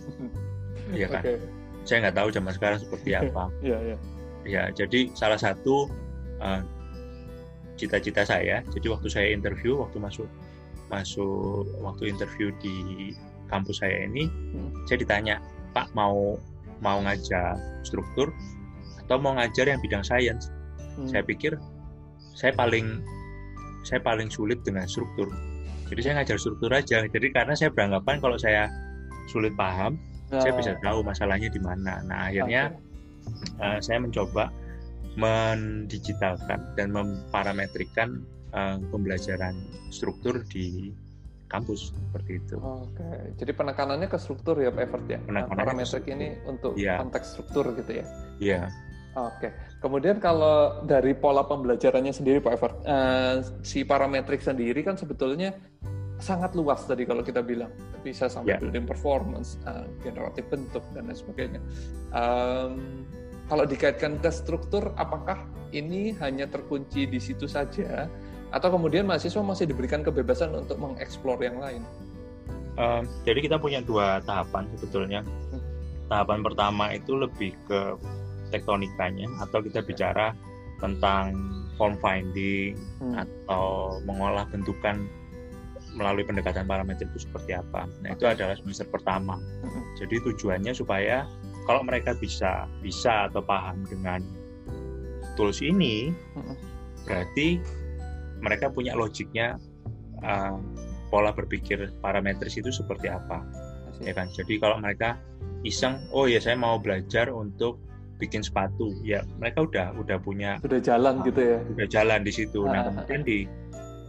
S3: ya kan? Okay. Saya nggak tahu zaman sekarang seperti apa.
S2: Ya, ya.
S3: Ya, jadi salah satu uh, cita-cita saya, jadi waktu saya interview, waktu masuk masuk waktu interview di kampus saya ini, hmm. saya ditanya, Pak mau mau ngajar struktur atau mau ngajar yang bidang sains? Hmm. Saya pikir saya paling saya paling sulit dengan struktur. Jadi saya ngajar struktur aja. Jadi karena saya beranggapan kalau saya sulit paham, oh. saya bisa tahu masalahnya di mana. Nah akhirnya okay. uh, saya mencoba mendigitalkan dan memparametrikan uh, pembelajaran struktur di kampus seperti itu.
S2: Oke, jadi penekanannya ke struktur ya Pak Evert ya. Nah, parametrik ini untuk ya. Konteks struktur gitu ya.
S3: Iya.
S2: Oke. Kemudian kalau dari pola pembelajarannya sendiri Pak Evert, uh, si parametrik sendiri kan sebetulnya sangat luas tadi kalau kita bilang bisa sampai ya. Building performance, uh, generatif bentuk dan lain sebagainya. Um, kalau dikaitkan ke struktur, apakah ini hanya terkunci di situ saja? Atau kemudian mahasiswa masih diberikan kebebasan untuk mengeksplor yang lain?
S3: Uh, jadi kita punya dua tahapan sebetulnya. Hmm. Tahapan pertama itu lebih ke tektonikanya, atau kita bicara tentang form finding, hmm. atau mengolah bentukan melalui pendekatan parameter itu seperti apa. Nah, itu adalah semester pertama. Hmm. Jadi tujuannya supaya kalau mereka bisa bisa atau paham dengan tools ini, hmm. berarti mereka punya logiknya, uh, pola berpikir parametris itu seperti apa, ya kan? Jadi kalau mereka iseng, oh ya saya mau belajar untuk bikin sepatu, ya mereka udah udah punya,
S2: udah jalan uh, gitu ya,
S3: udah jalan di situ. Nah kemudian di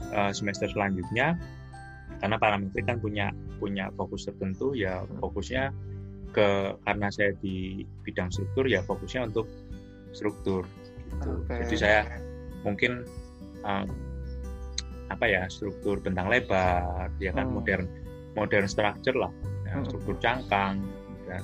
S3: uh, semester selanjutnya, karena parametrik kan punya punya fokus tertentu, ya fokusnya ke, karena saya di bidang struktur, ya fokusnya untuk struktur gitu. Okay. Jadi saya mungkin uh, apa ya, struktur bentang lebar, ya kan, hmm. modern modern structure lah, ya, struktur cangkang dan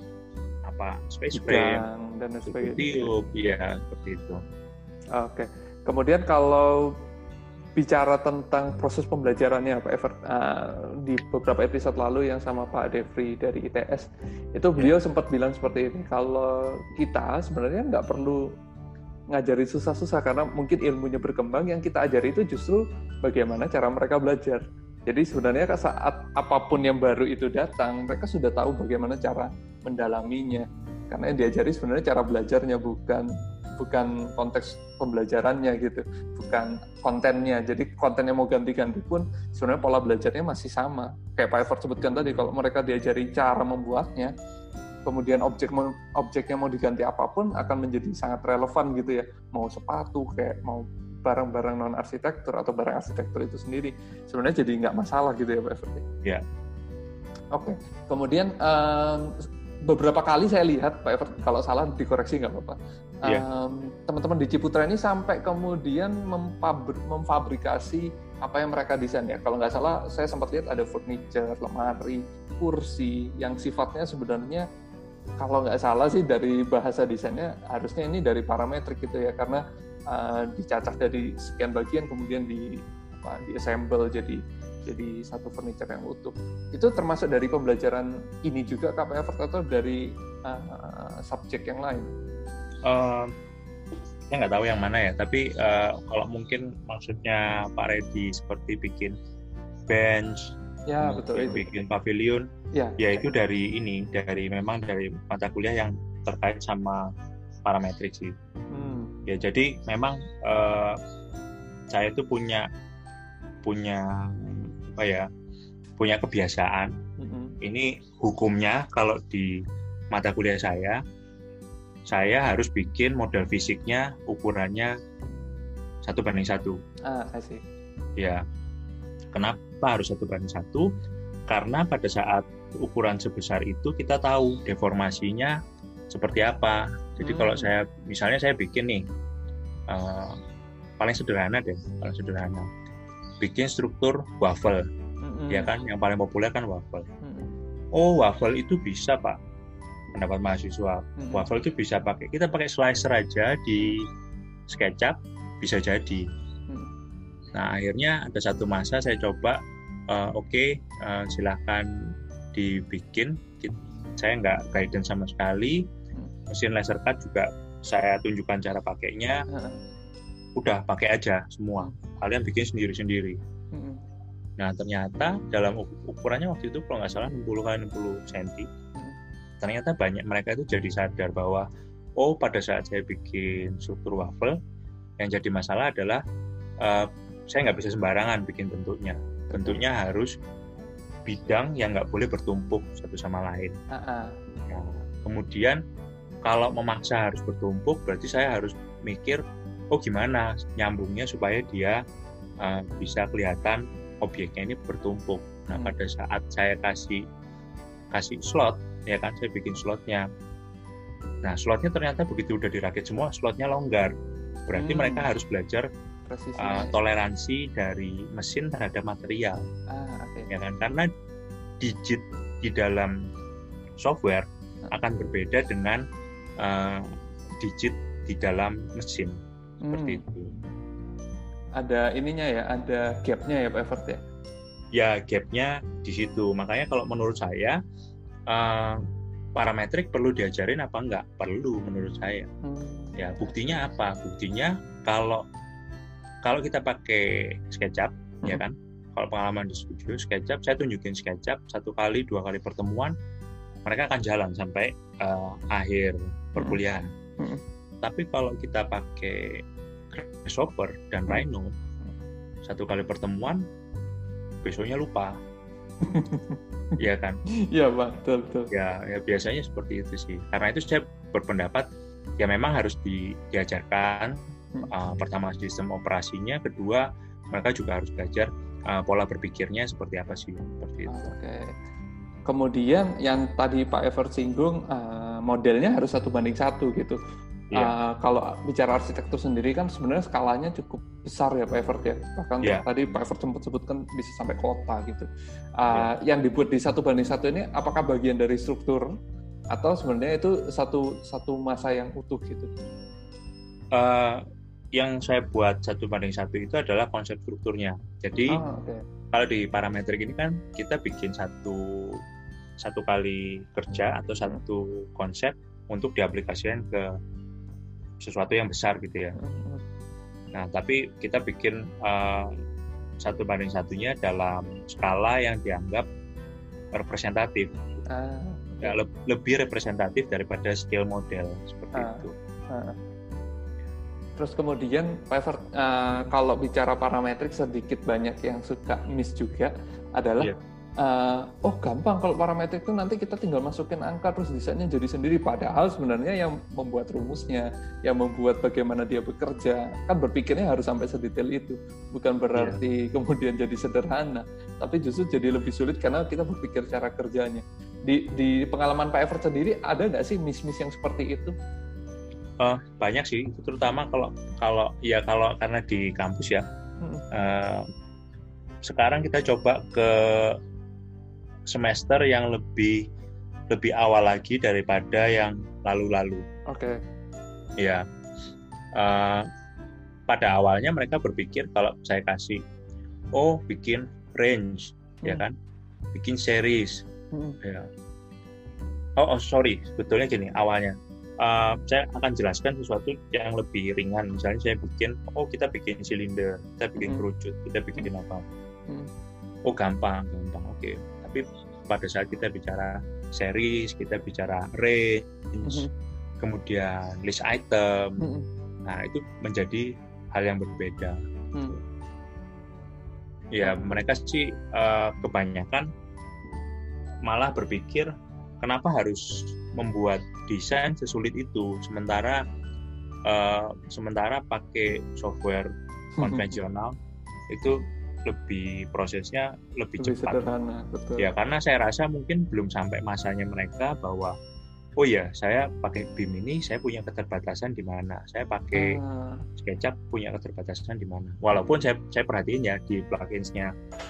S3: apa space frame dan sebagainya, ya seperti itu.
S2: Oke. Okay. Kemudian kalau bicara tentang proses pembelajarannya Pak Evert, uh, di beberapa episode lalu yang sama Pak Devri dari I T S, itu beliau sempat bilang seperti ini, kalau kita sebenarnya nggak perlu ngajari susah-susah karena mungkin ilmunya berkembang, yang kita ajari itu justru bagaimana cara mereka belajar. Jadi sebenarnya saat apapun yang baru itu datang, mereka sudah tahu bagaimana cara mendalaminya, karena yang diajari sebenarnya cara belajarnya, bukan bukan konteks pembelajarannya gitu, bukan kontennya. Jadi kontennya mau ganti-ganti pun sebenarnya pola belajarnya masih sama. Kayak Pak Evert sebutkan tadi, kalau mereka diajari cara membuatnya, kemudian objek objeknya mau diganti apapun akan menjadi sangat relevan gitu ya. Mau sepatu, kayak mau barang-barang non arsitektur atau barang arsitektur itu sendiri, sebenarnya jadi nggak masalah gitu ya Pak Evert.
S3: Ya.
S2: Oke. Kemudian um, beberapa kali saya lihat Pak Evert, kalau salah dikoreksi nggak apa-apa. Yeah. Um, teman-teman di Ciputra ini sampai kemudian mempabri- memfabrikasi apa yang mereka desain ya. Kalau nggak salah saya sempat lihat ada furniture, lemari, kursi yang sifatnya sebenarnya kalau nggak salah sih dari bahasa desainnya harusnya ini dari parametrik gitu ya, karena uh, dicacah dari sekian bagian kemudian di apa, di assemble jadi jadi satu furniture yang utuh. Itu termasuk dari pembelajaran ini juga K P Evert atau dari uh, subjek yang lain?
S3: Uh, saya nggak tahu yang mana ya, tapi uh, kalau mungkin maksudnya Pak Reddy seperti bikin bench,
S2: ya betul, itu.
S3: bikin pavilion, ya. ya itu dari ini, dari memang dari mata kuliah yang terkait sama parametrik sih. Hmm. Ya jadi memang uh, saya itu punya punya apa ya, punya kebiasaan. Mm-hmm. Ini hukumnya kalau di mata kuliah saya, saya harus bikin model fisiknya ukurannya satu banding satu.
S2: Ah, I see.
S3: Ya, kenapa harus satu banding satu? Karena pada saat ukuran sebesar itu kita tahu deformasinya seperti apa. Jadi hmm. kalau saya, misalnya saya bikin nih, uh, paling sederhana deh, paling sederhana. Bikin struktur waffle, mm-hmm. ya kan, yang paling populer kan waffle. Mm-hmm. Oh, waffle itu bisa Pak, pendapat mahasiswa. Mm-hmm. Waffle itu bisa pakai, kita pakai slicer aja di SketchUp bisa jadi. Mm-hmm. Nah akhirnya ada satu masa saya coba, uh, oke okay, uh, silahkan dibikin. Saya nggak guidance sama sekali, mesin laser cut juga saya tunjukkan cara pakainya. Mm-hmm. Udah pakai aja semua, kalian bikin sendiri-sendiri. Mm-hmm. Nah ternyata dalam ukurannya waktu itu kalau nggak salah enam puluh kali enam puluh sentimeter, mm-hmm. ternyata banyak mereka itu jadi sadar bahwa oh pada saat saya bikin struktur waffle, yang jadi masalah adalah uh, saya nggak bisa sembarangan bikin bentuknya. Bentuknya harus bidang yang nggak boleh bertumpuk satu sama lain. Uh-uh. Nah, kemudian kalau memaksa harus bertumpuk, berarti saya harus mikir oh gimana nyambungnya supaya dia uh, bisa kelihatan objeknya ini bertumpuk. Nah hmm. pada saat saya kasih kasih slot, ya kan, saya bikin slotnya. Nah slotnya ternyata begitu udah dirakit semua, slotnya longgar. Berarti hmm. mereka harus belajar uh, toleransi dari mesin terhadap material. Ah, okay. Ya kan, karena digit di dalam software akan berbeda dengan uh, digit di dalam mesin. Seperti hmm. itu.
S2: Ada ininya ya, ada gapnya ya Pak Evert ya?
S3: Ya gapnya di situ. Makanya kalau menurut saya uh, parametrik perlu diajarin apa enggak? Perlu menurut saya. Hmm. Ya buktinya apa? Buktinya kalau kalau kita pakai SketchUp, hmm. ya kan? Kalau pengalaman di studio SketchUp, saya tunjukin SketchUp satu kali dua kali pertemuan, mereka akan jalan sampai uh, akhir perkuliahan. Hmm. Hmm. Tapi kalau kita pakai Grasshopper dan Rhino, satu kali pertemuan, besoknya lupa. Iya kan?
S2: Iya Pak, betul, betul.
S3: Ya, ya biasanya seperti itu sih. Karena itu saya berpendapat, ya memang harus di, diajarkan, hmm. uh, pertama sistem operasinya, kedua mereka juga harus belajar uh, pola berpikirnya seperti apa sih, seperti itu.
S2: Oke. Kemudian yang tadi Pak Evert singgung, uh, modelnya harus satu banding satu gitu. Yeah. Uh, kalau bicara arsitektur sendiri kan sebenarnya skalanya cukup besar ya Pak Evert ya. Bahkan yeah. tadi Pak Evert sempat sebutkan bisa sampai kota gitu. Uh, yeah. Yang dibuat di satu banding satu ini apakah bagian dari struktur atau sebenarnya itu satu satu masa yang utuh gitu?
S3: Uh, yang saya buat satu banding satu itu adalah konsep strukturnya. Jadi oh, okay. kalau di parametrik ini kan kita bikin satu satu kali kerja atau satu konsep untuk diaplikasikan ke sesuatu yang besar gitu ya. Nah, tapi kita bikin uh, satu banding satunya dalam skala yang dianggap representatif. Uh, okay. ya, le- lebih representatif daripada scale model seperti uh, itu. Uh.
S2: Terus kemudian, Pak Evert, uh, kalau bicara parametrik sedikit banyak yang suka miss juga adalah yeah. Uh, oh gampang kalau parametrik itu nanti kita tinggal masukin angka terus desainnya jadi sendiri, padahal sebenarnya yang membuat rumusnya, yang membuat bagaimana dia bekerja kan berpikirnya harus sampai sedetail itu. Bukan berarti yeah. kemudian jadi sederhana, tapi justru jadi lebih sulit karena kita berpikir cara kerjanya. Di, di pengalaman Pak Evert sendiri ada nggak sih miss-miss yang seperti itu?
S3: Uh, banyak sih, terutama kalau kalau ya kalau karena di kampus ya. Hmm. Uh, sekarang kita coba ke semester yang lebih lebih awal lagi daripada yang lalu-lalu.
S2: Oke. Okay.
S3: Ya, uh, pada awalnya mereka berpikir kalau saya kasih, oh bikin range, hmm. ya kan, bikin series, hmm. ya. Oh, oh sorry, sebetulnya gini awalnya. Uh, saya akan jelaskan sesuatu yang lebih ringan. Misalnya saya bikin, oh kita bikin silinder, kita bikin hmm. kerucut, kita bikin hmm. apa? Hmm. Oh gampang, gampang, oke. Okay. Tapi pada saat kita bicara series, kita bicara range, mm-hmm. kemudian list item, mm-hmm. nah itu menjadi hal yang berbeda. Mm. Ya mereka sih uh, kebanyakan malah berpikir kenapa harus membuat desain sesulit itu, sementara uh, sementara pakai software konvensional mm-hmm. itu lebih prosesnya lebih, lebih cepat.
S2: Sederhana, betul.
S3: Ya karena saya rasa mungkin belum sampai masanya mereka bahwa oh ya saya pakai B I M ini saya punya keterbatasan di mana, saya pakai ah. SketchUp punya keterbatasan di mana. Walaupun saya saya perhatiin ya di plugins-nya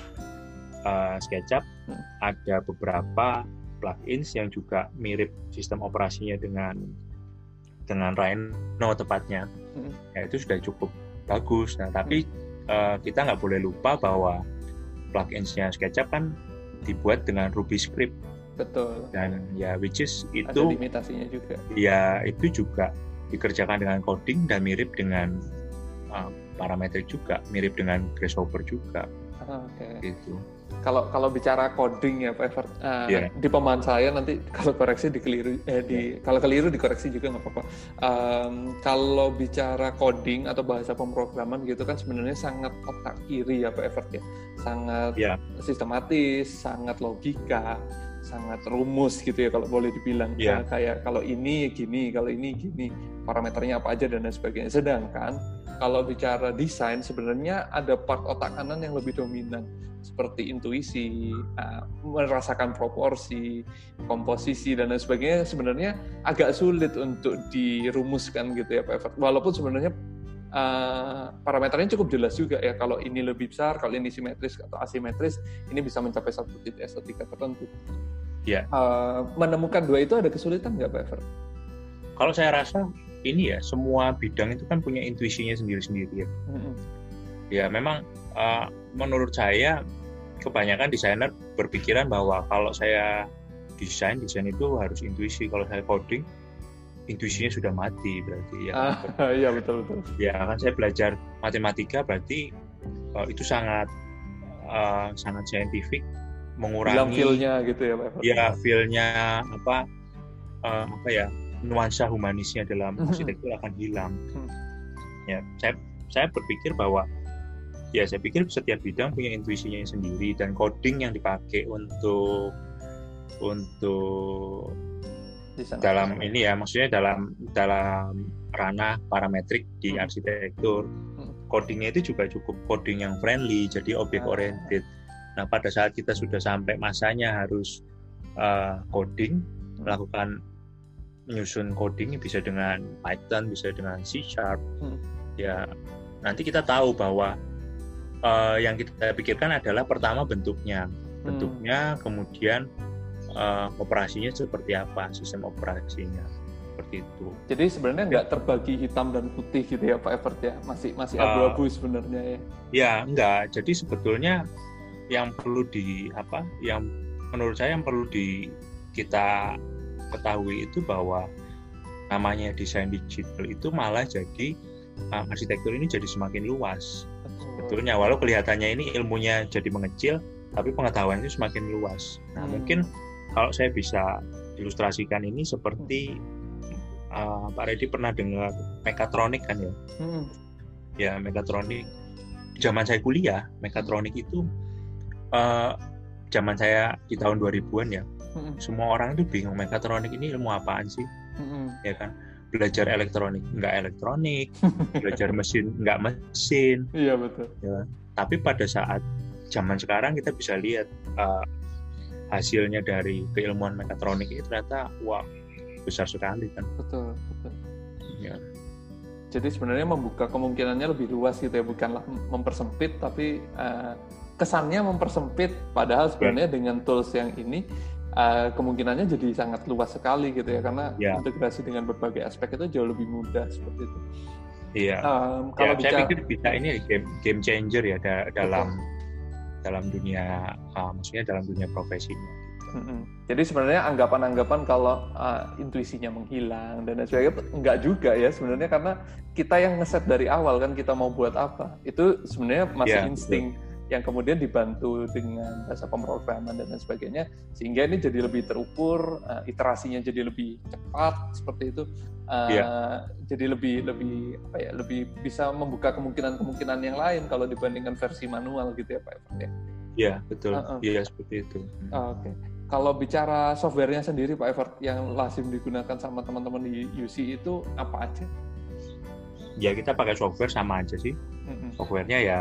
S3: uh, SketchUp hmm. ada beberapa plugins yang juga mirip sistem operasinya dengan dengan Rhino tepatnya. Hmm. Ya itu sudah cukup bagus. Nah tapi hmm. Uh, kita nggak boleh lupa bahwa plugins-nya SketchUp kan dibuat dengan Ruby script.
S2: Betul.
S3: Dan ya which is itu
S2: ada limitasinya juga.
S3: Ya itu juga dikerjakan dengan coding dan mirip dengan uh, parametrik juga, mirip dengan Grasshopper juga.
S2: Oh, Oke. Okay.
S3: Gitu.
S2: Kalau kalau bicara coding ya Pak Evert, uh, yeah. di pemahaman saya nanti kalau koreksi dikeliru, eh, di yeah. kalau keliru dikoreksi juga nggak apa-apa. Um, kalau bicara coding atau bahasa pemrograman gitu kan sebenarnya sangat otak kiri ya Pak Evert ya, sangat yeah. sistematis, sangat logika, sangat rumus gitu ya kalau boleh dibilang. Yeah. Nah, kayak kalau ini gini, kalau ini gini, parameternya apa aja dan lain sebagainya. Sedangkan kalau bicara desain sebenarnya ada part otak kanan yang lebih dominan, seperti intuisi, uh, merasakan proporsi, komposisi dan lain sebagainya. Sebenarnya agak sulit untuk dirumuskan gitu ya Pak Evert. Walaupun sebenarnya uh, parameternya cukup jelas juga ya. Kalau ini lebih besar, kalau ini simetris atau asimetris, ini bisa mencapai satu titik estetika tertentu.
S3: Ya.
S2: Uh, menemukan dua itu ada kesulitan nggak Pak Evert?
S3: Kalau saya rasa ini ya semua bidang itu kan punya intuisinya sendiri-sendiri ya. Mm-hmm. Ya memang uh, menurut saya kebanyakan desainer berpikiran bahwa kalau saya desain desain itu harus intuisi, kalau saya coding intuisinya sudah mati berarti ya.
S2: Ah, iya betul betul.
S3: Ya kan saya belajar matematika berarti uh, itu sangat uh, sangat saintifik, mengurangi
S2: bilang feel-nya gitu ya Pak.
S3: Ya feel-nya apa uh, apa ya nuansa humanisnya dalam arsitektur akan hilang. Hmm. Ya, saya saya berpikir bahwa ya saya pikir setiap bidang punya intuisinya sendiri dan coding yang dipakai untuk untuk Desain dalam ini ya maksudnya dalam dalam ranah parametrik di hmm. arsitektur hmm. codingnya itu juga cukup coding yang friendly, jadi object oriented. Nah, pada saat kita sudah sampai masanya harus uh, coding, hmm. melakukan menyusun coding bisa dengan Python, bisa dengan C Sharp, hmm. ya nanti kita tahu bahwa uh, yang kita pikirkan adalah pertama bentuknya, bentuknya, hmm. kemudian uh, operasinya seperti apa, sistem operasinya. Seperti itu.
S2: Jadi sebenarnya nggak terbagi hitam dan putih gitu ya Pak Evert ya, masih masih abu-abu uh, sebenarnya ya.
S3: Ya enggak. Jadi sebetulnya yang perlu di apa, yang menurut saya yang perlu di kita ketahui itu bahwa namanya desain digital itu malah jadi uh, arsitektur ini jadi semakin luas. Sebetulnya walau kelihatannya ini ilmunya jadi mengecil, tapi pengetahuan itu semakin luas. Nah hmm. mungkin kalau saya bisa ilustrasikan ini seperti Uh, Pak Reddy pernah dengar mekatronik kan ya? Hmm. Ya mekatronik. Zaman saya kuliah, mekatronik itu uh, zaman saya di tahun dua ribuan ya. Hmm. Semua orang itu bingung mekatronik ini ilmu apaan sih? Hmm. Ya kan? Belajar elektronik nggak elektronik, belajar mesin nggak mesin.
S2: Iya betul.
S3: Ya. Tapi pada saat zaman sekarang kita bisa lihat uh, hasilnya dari keilmuan mekatronik itu ternyata wah besar sekali kan.
S2: Betul, betul.
S3: Ya.
S2: Jadi sebenarnya membuka kemungkinannya lebih luas gitu ya, bukanlah mempersempit, tapi uh, kesannya mempersempit, padahal sebenarnya ya. Dengan tools yang ini uh, kemungkinannya jadi sangat luas sekali gitu ya, karena ya. Integrasi dengan berbagai aspek itu jauh lebih mudah seperti itu.
S3: Iya. Um, kalau ya, bicara, saya pikir bisa ini game, game changer ya da, dalam betul. dalam dunia, uh, maksudnya dalam dunia profesinya.
S2: Mm-hmm. Jadi sebenarnya anggapan-anggapan kalau uh, intuisinya menghilang dan sebagainya enggak juga ya sebenarnya, karena kita yang ngeset dari awal kan kita mau buat apa itu sebenarnya masih yeah, insting betul. Yang kemudian dibantu dengan bahasa pemrograman dan lain sebagainya, sehingga ini jadi lebih terukur, uh, iterasinya jadi lebih cepat seperti itu, uh, yeah. jadi lebih lebih apa ya lebih bisa membuka kemungkinan-kemungkinan yang lain kalau dibandingkan versi manual gitu ya Pak Evert ya.
S3: Iya betul, iya uh-uh. seperti itu.
S2: Uh, Oke. Okay. Kalau bicara softwarenya sendiri Pak Evert yang lazim digunakan sama teman-teman di U C itu apa aja?
S3: Ya kita pakai software sama aja sih. Mm-hmm. Softwarenya ya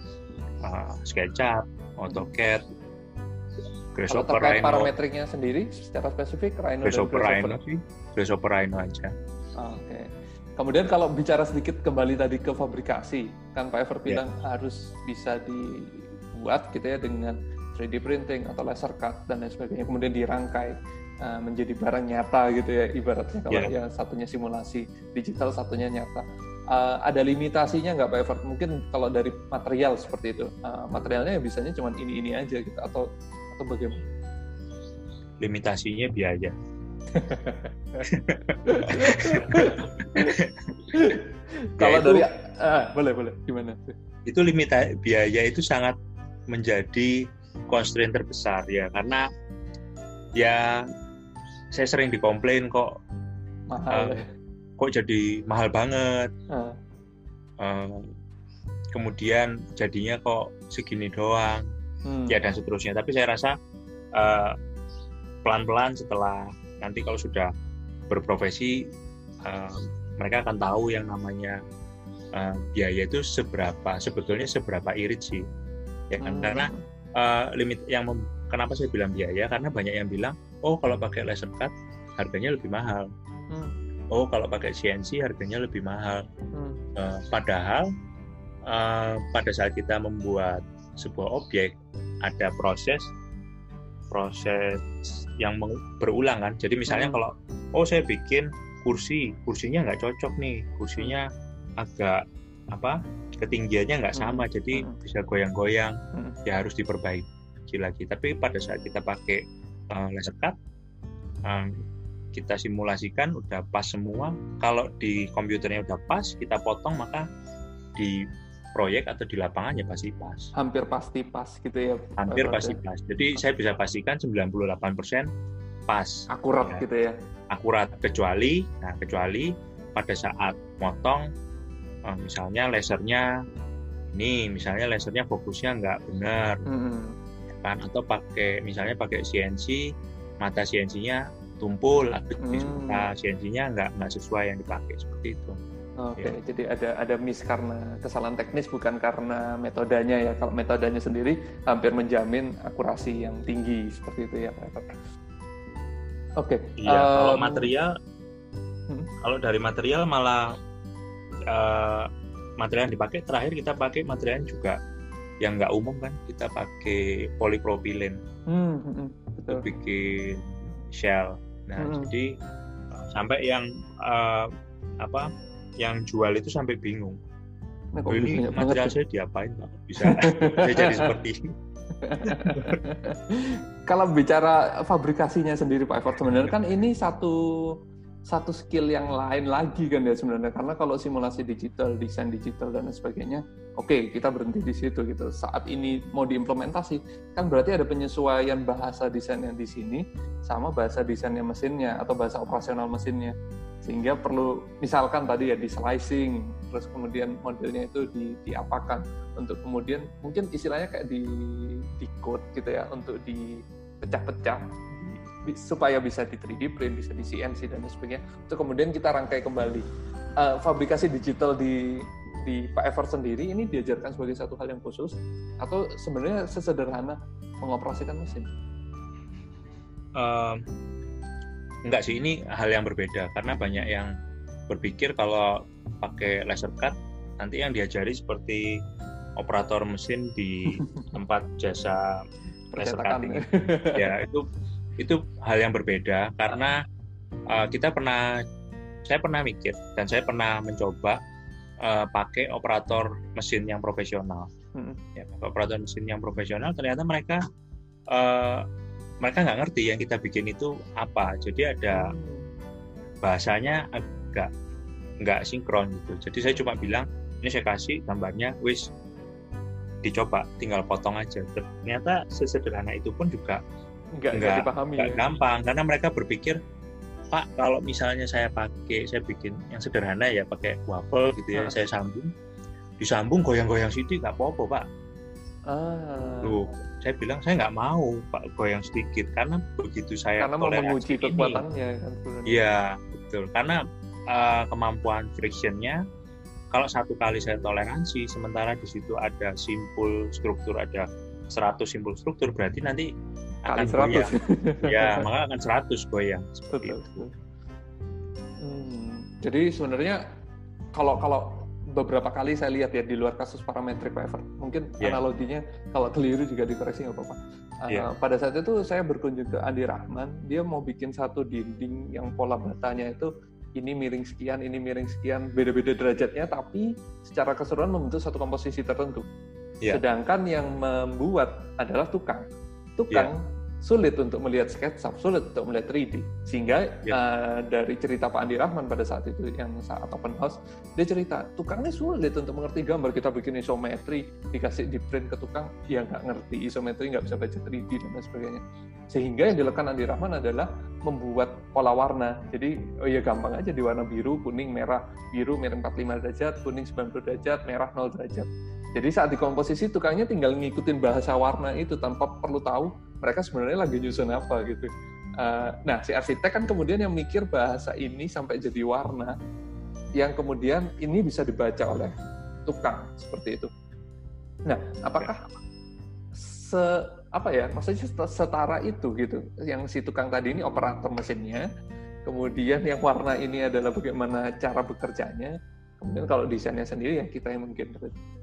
S3: uh, SketchUp, AutoCAD, Grasshopper,
S2: Rhino. Kalau terkait parametriknya sendiri secara spesifik Rhino
S3: Grasshopper,
S2: dan
S3: Rhino sih. Grasshopper Rhino aja.
S2: Oke. Okay. Kemudian kalau bicara sedikit kembali tadi ke fabrikasi, kan Pak Evert bilang yeah. harus bisa dibuat gitu ya dengan three D printing atau laser cut dan lain sebagainya, kemudian dirangkai uh, menjadi barang nyata gitu ya ibaratnya, kalau yeah. yang satunya simulasi digital, satunya nyata. Uh, ada limitasinya nggak Pak Evert? Mungkin kalau dari material seperti itu, uh, materialnya ya bisanya cuma ini-ini aja gitu, atau atau bagaimana?
S3: Limitasinya biaya.
S2: Kalau dari ah, boleh boleh gimana?
S3: Itu limita biaya itu sangat menjadi constraint terbesar ya, karena ya saya sering dikomplain kok
S2: mahal,
S3: uh, kok jadi mahal banget, uh. Uh, kemudian jadinya kok segini doang, hmm. ya dan seterusnya. Tapi saya rasa uh, pelan-pelan setelah nanti kalau sudah berprofesi, uh, mereka akan tahu yang namanya uh, biaya itu seberapa, sebetulnya seberapa irit sih, ya kan? Hmm. Karena Uh, limit yang mem- kenapa saya bilang biaya, karena banyak yang bilang oh kalau pakai laser cut harganya lebih mahal, hmm. oh kalau pakai C N C harganya lebih mahal, hmm. uh, padahal uh, pada saat kita membuat sebuah objek ada proses proses yang berulang kan. Jadi misalnya hmm. kalau oh saya bikin kursi kursinya nggak cocok nih, kursinya hmm. agak apa ketinggiannya nggak sama, hmm. jadi hmm. bisa goyang-goyang, hmm. ya harus diperbaiki lagi. Tapi pada saat kita pakai uh, laser cut, um, kita simulasikan udah pas semua. Kalau di komputernya udah pas, kita potong, maka di proyek atau di lapangan ya pasti pas.
S2: Hampir pasti pas gitu ya.
S3: Hampir pasti ya. Pas. Jadi saya bisa pastikan sembilan puluh delapan persen pas.
S2: Akurat ya. Gitu ya.
S3: Akurat, kecuali, nah kecuali pada saat motong, misalnya lasernya ini misalnya lasernya fokusnya nggak benar, mm-hmm. kan, atau pakai misalnya pakai C N C, mata C N C-nya tumpul atau mm. mata C N C-nya nggak nggak sesuai yang dipakai, seperti itu.
S2: Oke, okay, ya. Jadi ada ada miss karena kesalahan teknis, bukan karena metodenya ya. Kalau metodenya sendiri hampir menjamin akurasi yang tinggi seperti itu ya, Pak. Oke. Okay.
S3: Iya, um, kalau material, hmm? kalau dari material malah uh, material yang dipakai terakhir kita pakai material juga yang nggak umum kan, kita pakai polipropilen hmm, hmm, untuk bikin shell. Nah, hmm. jadi sampai yang uh, apa? Yang jual itu sampai bingung. Nah, oh, ini material saya diapain Pak? Bisa saya jadi seperti ini.
S2: Kalau bicara fabrikasinya sendiri Pak Effort, sebenarnya kan ini satu satu skill yang lain lagi kan ya sebenarnya, karena kalau simulasi digital, desain digital dan sebagainya, oke okay, kita berhenti di situ gitu. Saat ini mau diimplementasi kan berarti ada penyesuaian bahasa desain yang di sini sama bahasa desainnya mesinnya atau bahasa operasional mesinnya, sehingga perlu misalkan tadi ya di slicing, terus kemudian modelnya itu di diapakan untuk kemudian mungkin istilahnya kayak di di code gitu ya, untuk dipecah-pecah supaya bisa di three D print, bisa di C N C dan sebagainya. Itu kemudian kita rangkai kembali. Uh, fabrikasi digital di di Pak Effort sendiri ini diajarkan sebagai satu hal yang khusus atau sebenarnya sesederhana mengoperasikan mesin?
S3: Uh, enggak sih, ini hal yang berbeda karena banyak yang berpikir kalau pakai laser cut nanti yang diajari seperti operator mesin di tempat jasa laser cutting. Ya, itu itu hal yang berbeda karena uh, kita pernah saya pernah mikir dan saya pernah mencoba uh, pakai operator mesin yang profesional. Hmm. Ya, operator mesin yang profesional ternyata mereka uh, mereka nggak ngerti yang kita bikin itu apa. Jadi ada bahasanya agak nggak sinkron gitu. Jadi saya cuma bilang ini saya kasih gambarnya, wis dicoba, tinggal potong aja. Ternyata sesederhana itu pun juga Nggak, nggak, dipahami, nggak ya. Gampang karena mereka berpikir, Pak, kalau misalnya saya pakai, saya bikin yang sederhana ya pakai waffle gitu ya, ah. saya sambung, disambung goyang-goyang sedikit nggak apa-apa Pak. Ah. Loh, saya bilang saya nggak mau Pak goyang sedikit karena begitu saya
S2: karena mau menguji kekuatannya kan.
S3: Iya betul, karena uh, kemampuan frictionnya kalau satu kali saya toleransi, sementara di situ ada simpul struktur, ada seratus simpul struktur, berarti nanti akan goyang. Ya, maka akan seratus goyang seperti betul, itu.
S2: Hmm, jadi sebenarnya kalau kalau beberapa kali saya lihat ya di luar kasus parametrik Pak Effort, mungkin yeah. analoginya kalau keliru juga dikoreksi nggak apa-apa. Uh, yeah. Pada saat itu saya berkunjung ke Andi Rahman, dia mau bikin satu dinding yang pola batanya itu ini miring sekian, ini miring sekian, beda-beda derajatnya, tapi secara keseluruhan membentuk satu komposisi tertentu. Yeah. Sedangkan yang membuat adalah tukang. Tukang yeah. sulit untuk melihat SketchUp, sulit untuk melihat three D. Sehingga yeah. uh, dari cerita Pak Andi Rahman pada saat itu yang saat open house, dia cerita, tukangnya sulit untuk mengerti gambar. Kita bikin isometri, dikasih di print ke tukang, dia nggak ngerti isometri, nggak bisa baca three D dan lain sebagainya. Sehingga yang dilakukan Andi Rahman adalah membuat pola warna. Jadi, oh ya gampang aja, di warna biru, kuning, merah. Biru miring empat puluh lima derajat, kuning sembilan puluh derajat, merah nol derajat. Jadi saat dikomposisi, tukangnya tinggal ngikutin bahasa warna itu tanpa perlu tahu mereka sebenarnya lagi nyusun apa gitu. Uh, nah, si arsitek kan kemudian yang mikir bahasa ini sampai jadi warna, yang kemudian ini bisa dibaca oleh tukang seperti itu. Nah, apakah se apa ya, maksudnya setara itu gitu? Yang si tukang tadi ini operator mesinnya, kemudian yang warna ini adalah bagaimana cara bekerjanya, kemudian kalau desainnya sendiri ya kita yang mungkin.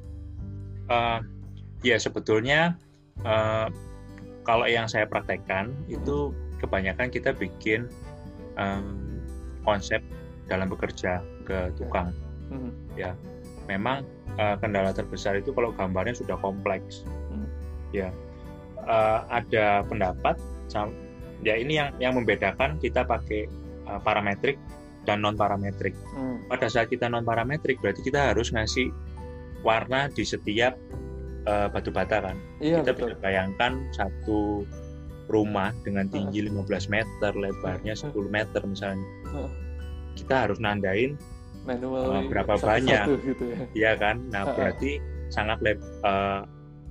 S3: Uh, ya sebetulnya uh, kalau yang saya praktekkan itu kebanyakan kita bikin um, konsep dalam bekerja ke tukang. Mm-hmm. Ya, memang uh, kendala terbesar itu kalau gambarnya sudah kompleks. Mm. Ya, uh, ada pendapat. Ya ini yang yang membedakan kita pakai uh, parametrik dan non parametrik. Mm. Pada saat kita non parametrik berarti kita harus ngasih warna di setiap uh, batu bata kan. Iya, kita betul. Bisa bayangkan satu rumah dengan tinggi uh. lima belas meter, lebarnya sepuluh meter misalnya. Uh. Kita harus nandain uh, berapa banyak, gitu ya. Iya kan? Nah uh. berarti sangat lab, uh,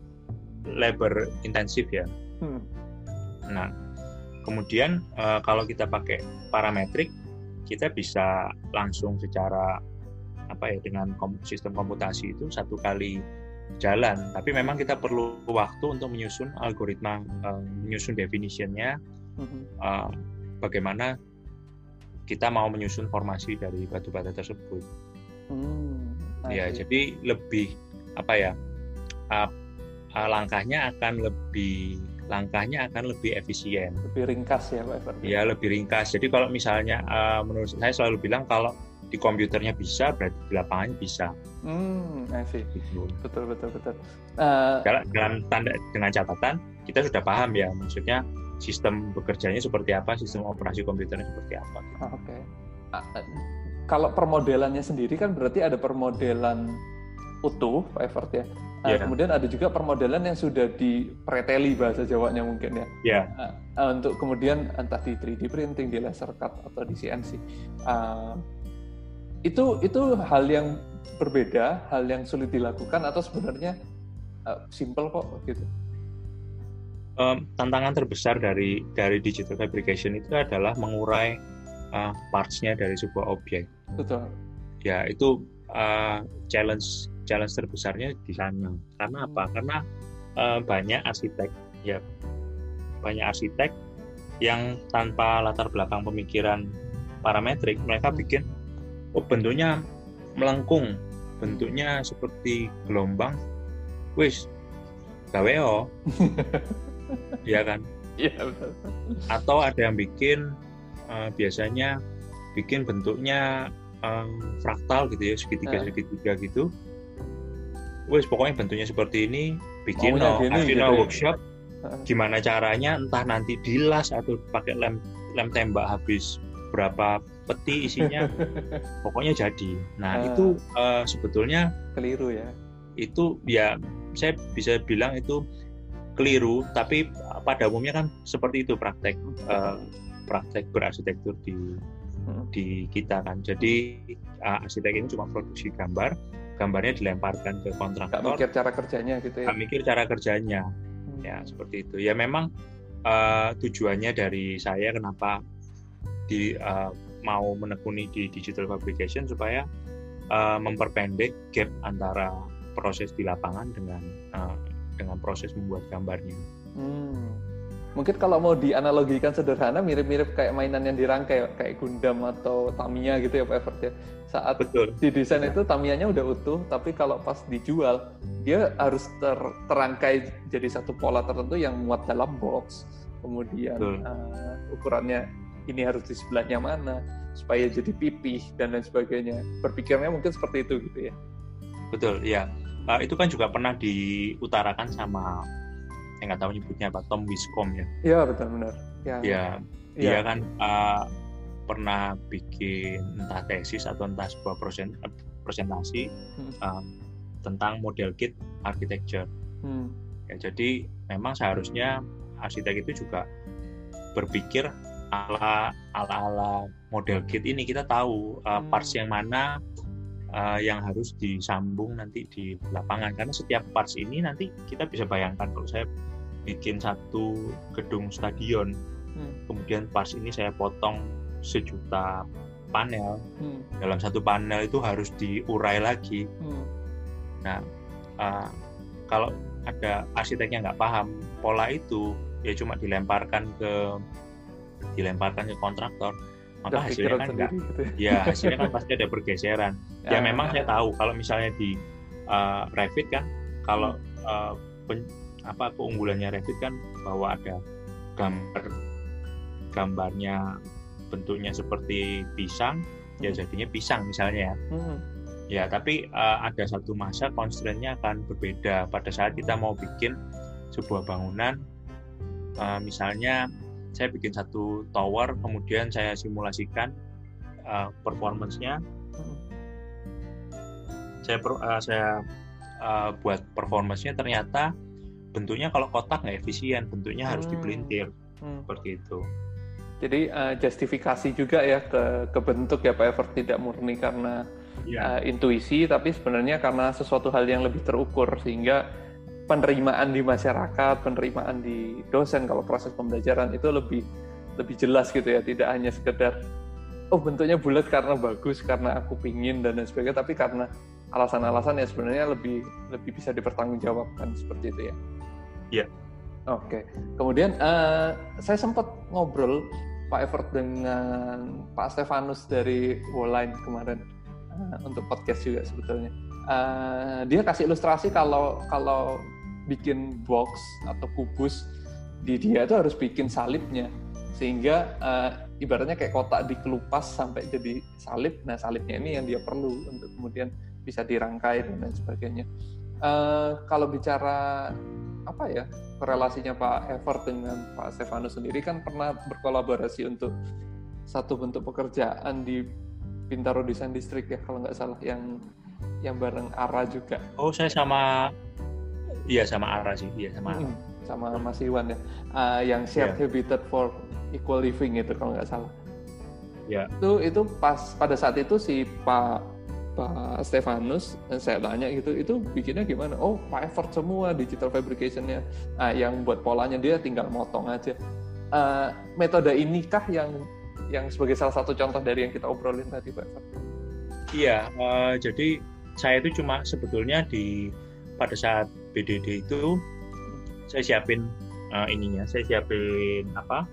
S3: labor intensif ya. Hmm. Nah kemudian uh, kalau kita pakai parametrik, kita bisa langsung secara apa ya dengan kom, sistem komputasi itu satu kali jalan, tapi memang kita perlu waktu untuk menyusun algoritma, uh, menyusun definitionnya, mm-hmm. uh, bagaimana kita mau menyusun formasi dari batu bata tersebut. Hmm, ya, jadi lebih apa ya? Uh, uh, langkahnya akan lebih langkahnya akan lebih efisien.
S2: Lebih ringkas ya, Pak Ever?
S3: Ya, lebih ringkas. Jadi kalau misalnya uh, menurut saya selalu bilang kalau di komputernya bisa, berarti di lapangannya bisa.
S2: Hmm, I see. Gitu. Betul, betul, betul. Uh,
S3: Dalam tanda dengan catatan kita sudah paham ya, maksudnya sistem bekerjanya seperti apa, sistem operasi komputernya seperti apa. Gitu.
S2: Oke. Okay. Uh, kalau permodelannya sendiri kan berarti ada permodelan utuh, Pak Evert ya. Uh, yeah. Kemudian ada juga permodelan yang sudah dipreteli bahasa Jawanya mungkin ya.
S3: Yeah.
S2: Uh, uh, untuk kemudian entah di three D printing, di laser cut atau di C N C. Uh, itu itu hal yang berbeda, hal yang sulit dilakukan atau sebenarnya uh, simple kok gitu.
S3: Um, tantangan terbesar dari dari digital fabrication itu adalah mengurai uh, parts-nya dari sebuah objek.
S2: Betul.
S3: Ya, itu uh, challenge challenge terbesarnya di sana. Karena apa? Karena uh, banyak arsitek ya banyak arsitek yang tanpa latar belakang pemikiran parametrik, mereka bikin oh bentuknya melengkung, bentuknya seperti gelombang, wis gawe oh. Iya kan?
S2: Iya betul.
S3: Atau ada yang bikin uh, biasanya bikin bentuknya um, fraktal gitu ya, segitiga-segitiga gitu. Wes pokoknya bentuknya seperti ini, bikin no, kasih no workshop. Gimana caranya? Entah nanti dilas atau pakai lem lem tembak habis berapa peti isinya, pokoknya jadi. Nah uh, itu uh, sebetulnya
S2: keliru ya.
S3: Itu ya saya bisa bilang itu keliru, tapi pada umumnya kan seperti itu praktek uh, praktek berarsitektur di hmm. di kita kan. Jadi uh, arsitek ini cuma produksi gambar, gambarnya dilemparkan ke kontraktor.
S2: Gak mikir cara kerjanya gitu ya?
S3: Gak mikir cara kerjanya, hmm. ya seperti itu. Ya memang uh, tujuannya dari saya kenapa di uh, mau menekuni di digital fabrication supaya uh, memperpendek gap antara proses di lapangan dengan uh, dengan proses membuat gambarnya. Hmm.
S2: Mungkin kalau mau dianalogikan sederhana mirip-mirip kayak mainan yang dirangkai kayak Gundam atau Tamiya gitu ya Pak Evert ya. Saat
S3: Betul.
S2: di desain itu Tamiyanya udah utuh, tapi kalau pas dijual dia harus ter, terangkai jadi satu pola tertentu yang muat dalam box. Kemudian uh, ukurannya ini harus di sebelahnya mana supaya jadi pipih dan lain sebagainya. Berpikirnya mungkin seperti itu gitu ya.
S3: Betul, ya. Uh, itu kan juga pernah diutarakan sama yang nggak tahu nyebutnya apa, Tom Wiscombe ya.
S2: Iya betul benar. Ya,
S3: ya dia ya. kan uh, pernah bikin entah tesis atau entah sebuah present, presentasi hmm. uh, tentang model kit architecture. Hmm. Ya, jadi memang seharusnya arsitek itu juga berpikir ala ala ala model kit ini. Kita tahu uh, parts yang mana Uh, yang harus disambung nanti di lapangan, karena setiap parts ini nanti kita bisa bayangkan kalau saya bikin satu gedung stadion, hmm. kemudian parts ini saya potong sejuta panel, hmm. dalam satu panel itu harus diurai lagi. Hmm. Nah, uh, kalau ada arsiteknya nggak paham pola itu, ya cuma dilemparkan ke dilemparkan ke kontraktor. Maka
S2: udah
S3: hasilnya kan enggak,
S2: gitu ya.
S3: ya hasilnya kan pasti ada pergeseran. Ya, ya memang saya tahu kalau misalnya di uh, Revit kan, kalau uh, pen, apa keunggulannya Revit kan bahwa ada gambar gambarnya bentuknya seperti pisang, hmm. ya jadinya pisang misalnya. Hmm. Ya tapi uh, ada satu masa constraint-nya akan berbeda pada saat kita mau bikin sebuah bangunan, uh, misalnya saya bikin satu tower, kemudian saya simulasikan uh, performance-nya. Saya uh, saya uh, buat performance-nya, ternyata bentuknya kalau kotak nggak efisien, bentuknya harus hmm. dipelintir, hmm. seperti itu.
S2: Jadi uh, justifikasi juga ya ke, ke bentuk ya Pak Evert, tidak murni karena ya. uh, intuisi, tapi sebenarnya karena sesuatu hal yang lebih terukur, sehingga penerimaan di masyarakat, penerimaan di dosen kalau proses pembelajaran itu lebih lebih jelas gitu ya, tidak hanya sekedar oh bentuknya bulat karena bagus, karena aku pingin dan lain sebagainya, tapi karena alasan-alasan yang sebenarnya lebih lebih bisa dipertanggungjawabkan seperti itu ya.
S3: Iya.
S2: Oke. Kemudian uh, saya sempat ngobrol Pak Evert dengan Pak Stefanus dari Woline kemarin uh, untuk podcast juga sebetulnya. Uh, dia kasih ilustrasi kalau kalau bikin box atau kubus di dia itu harus bikin salibnya, sehingga uh, ibaratnya kayak kotak dikelupas sampai jadi salib. Nah salibnya ini yang dia perlu untuk kemudian bisa dirangkai dan lain sebagainya. Uh, kalau bicara apa ya korelasinya Pak Evert dengan Pak Stefanus sendiri, kan pernah berkolaborasi untuk satu bentuk pekerjaan di Bintaro Design District ya kalau nggak salah, yang yang bareng Ara juga.
S3: Oh saya sama iya sama Ara sih, iya sama Ara.
S2: Hmm, sama Mas Iwan ya, uh, yang shared yeah. habitat for equal living itu kalau nggak salah.
S3: Ya. Yeah.
S2: Itu itu pas pada saat itu si Pak Pak Stefanus, saya tanya gitu, itu bikinnya gimana? Oh, Pak Evert semua digital fabrication-nya, nah, yang buat polanya dia tinggal motong aja. Uh, metode inikah yang yang sebagai salah satu contoh dari yang kita obrolin tadi, Pak Evert?
S3: Iya, uh, jadi saya itu cuma sebetulnya di pada saat B D D itu saya siapin uh, ininya, saya siapin apa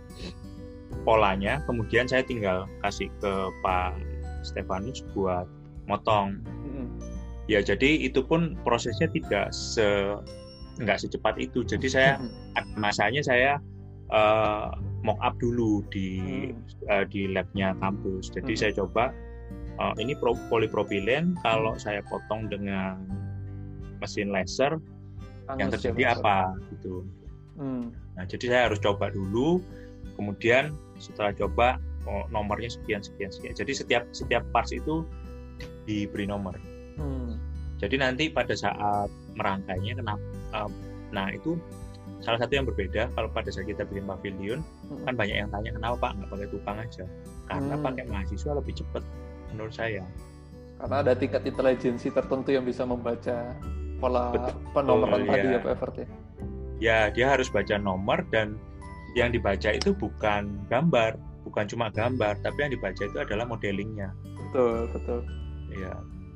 S3: polanya, kemudian saya tinggal kasih ke Pak Stefanus buat motong. Mm-hmm. Ya jadi itu pun prosesnya tidak se nggak secepat itu. Jadi saya mm-hmm. masanya saya uh, mock up dulu di mm-hmm. uh, di labnya kampus. Jadi mm-hmm. saya coba uh, ini pro, polipropilen kalau mm-hmm. saya potong dengan mesin laser Angus yang terjadi ya, apa gitu. Mm. Nah jadi saya harus coba dulu. Kemudian setelah coba oh, nomornya sekian sekian sekian. Jadi setiap setiap parts itu diberi nomor. Hmm. Jadi nanti pada saat merangkainya kenapa? Uh, nah itu salah satu yang berbeda kalau pada saat kita bikin pavilion hmm. kan banyak yang tanya kenapa Pak nggak pakai tukang aja? Karena hmm. pakai mahasiswa lebih cepat menurut saya.
S2: Karena ada tingkat intelijensi tertentu yang bisa membaca pola penomoran tadi ya Pak Evert ya.
S3: Ya dia harus baca nomor, dan yang dibaca itu bukan gambar, bukan cuma gambar, tapi yang dibaca itu adalah modelingnya.
S2: Betul betul.
S3: Iya.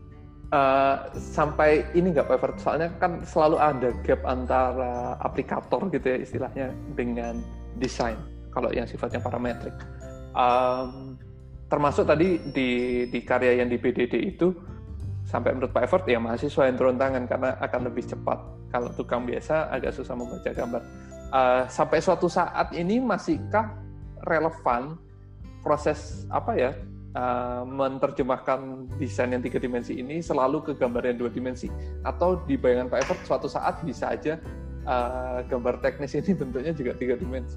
S2: Uh, sampai ini nggak Pak Evert, soalnya kan selalu ada gap antara aplikator gitu ya istilahnya dengan desain kalau yang sifatnya parametrik. Um, termasuk tadi di di karya yang di B D D itu, sampai menurut Pak Evert ya mahasiswa yang turun tangan karena akan lebih cepat. Kalau tukang biasa agak susah membaca gambar. Uh, sampai suatu saat ini masihkah relevan proses apa ya? Uh, menerjemahkan desain yang tiga dimensi ini selalu ke gambar yang dua dimensi, atau di bayangan Pak Evert suatu saat bisa aja uh, gambar teknis ini bentuknya juga tiga dimensi?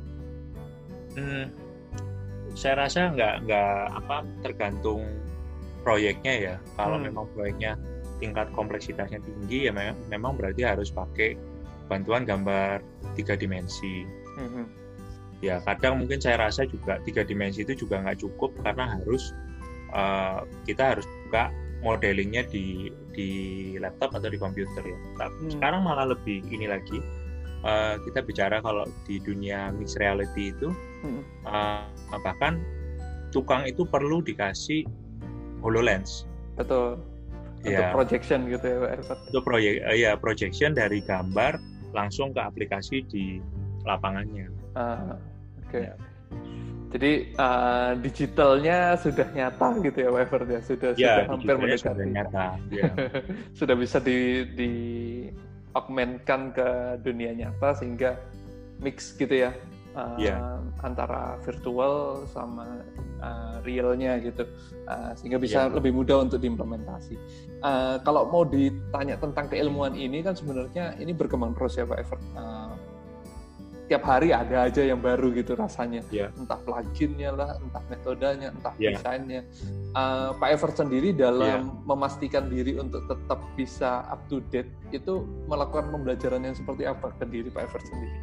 S3: Hmm, saya rasa nggak nggak apa tergantung proyeknya ya. Kalau hmm. memang proyeknya tingkat kompleksitasnya tinggi ya memang, memang berarti harus pakai bantuan gambar tiga dimensi. Hmm. Ya kadang mungkin saya rasa juga tiga dimensi itu juga nggak cukup, karena harus uh, kita harus buka modelingnya di di laptop atau di komputer ya. Hmm. Sekarang malah lebih ini lagi, uh, kita bicara kalau di dunia mixed reality itu hmm. uh, bahkan tukang itu perlu dikasih HoloLens.
S2: Betul. Untuk ya. Projection gitu ya Pak Evert.
S3: Untuk proyek uh, ya projection dari gambar langsung ke aplikasi di lapangannya.
S2: Ah, oke. Okay. Ya. Jadi uh, digitalnya sudah nyata gitu ya Pak Evert ya, sudah
S3: ya,
S2: sudah hampir mendekati.
S3: Sudah nyata. Ya.
S2: Sudah bisa di di augmentkan ke dunia nyata sehingga mix gitu ya, uh, ya. Antara virtual sama uh, realnya gitu, uh, sehingga bisa ya. Lebih mudah untuk diimplementasi. Uh, kalau mau ditanya tentang keilmuan ini kan sebenarnya ini berkembang terus ya Pak Evert. Uh, tiap hari ada aja yang baru gitu rasanya, yeah. Entah pluginnya lah, entah metodenya, entah yeah. desainnya. Uh, Pak Evert sendiri dalam yeah. memastikan diri untuk tetap bisa up to date itu melakukan pembelajaran yang seperti apa ke diri Pak Evert sendiri?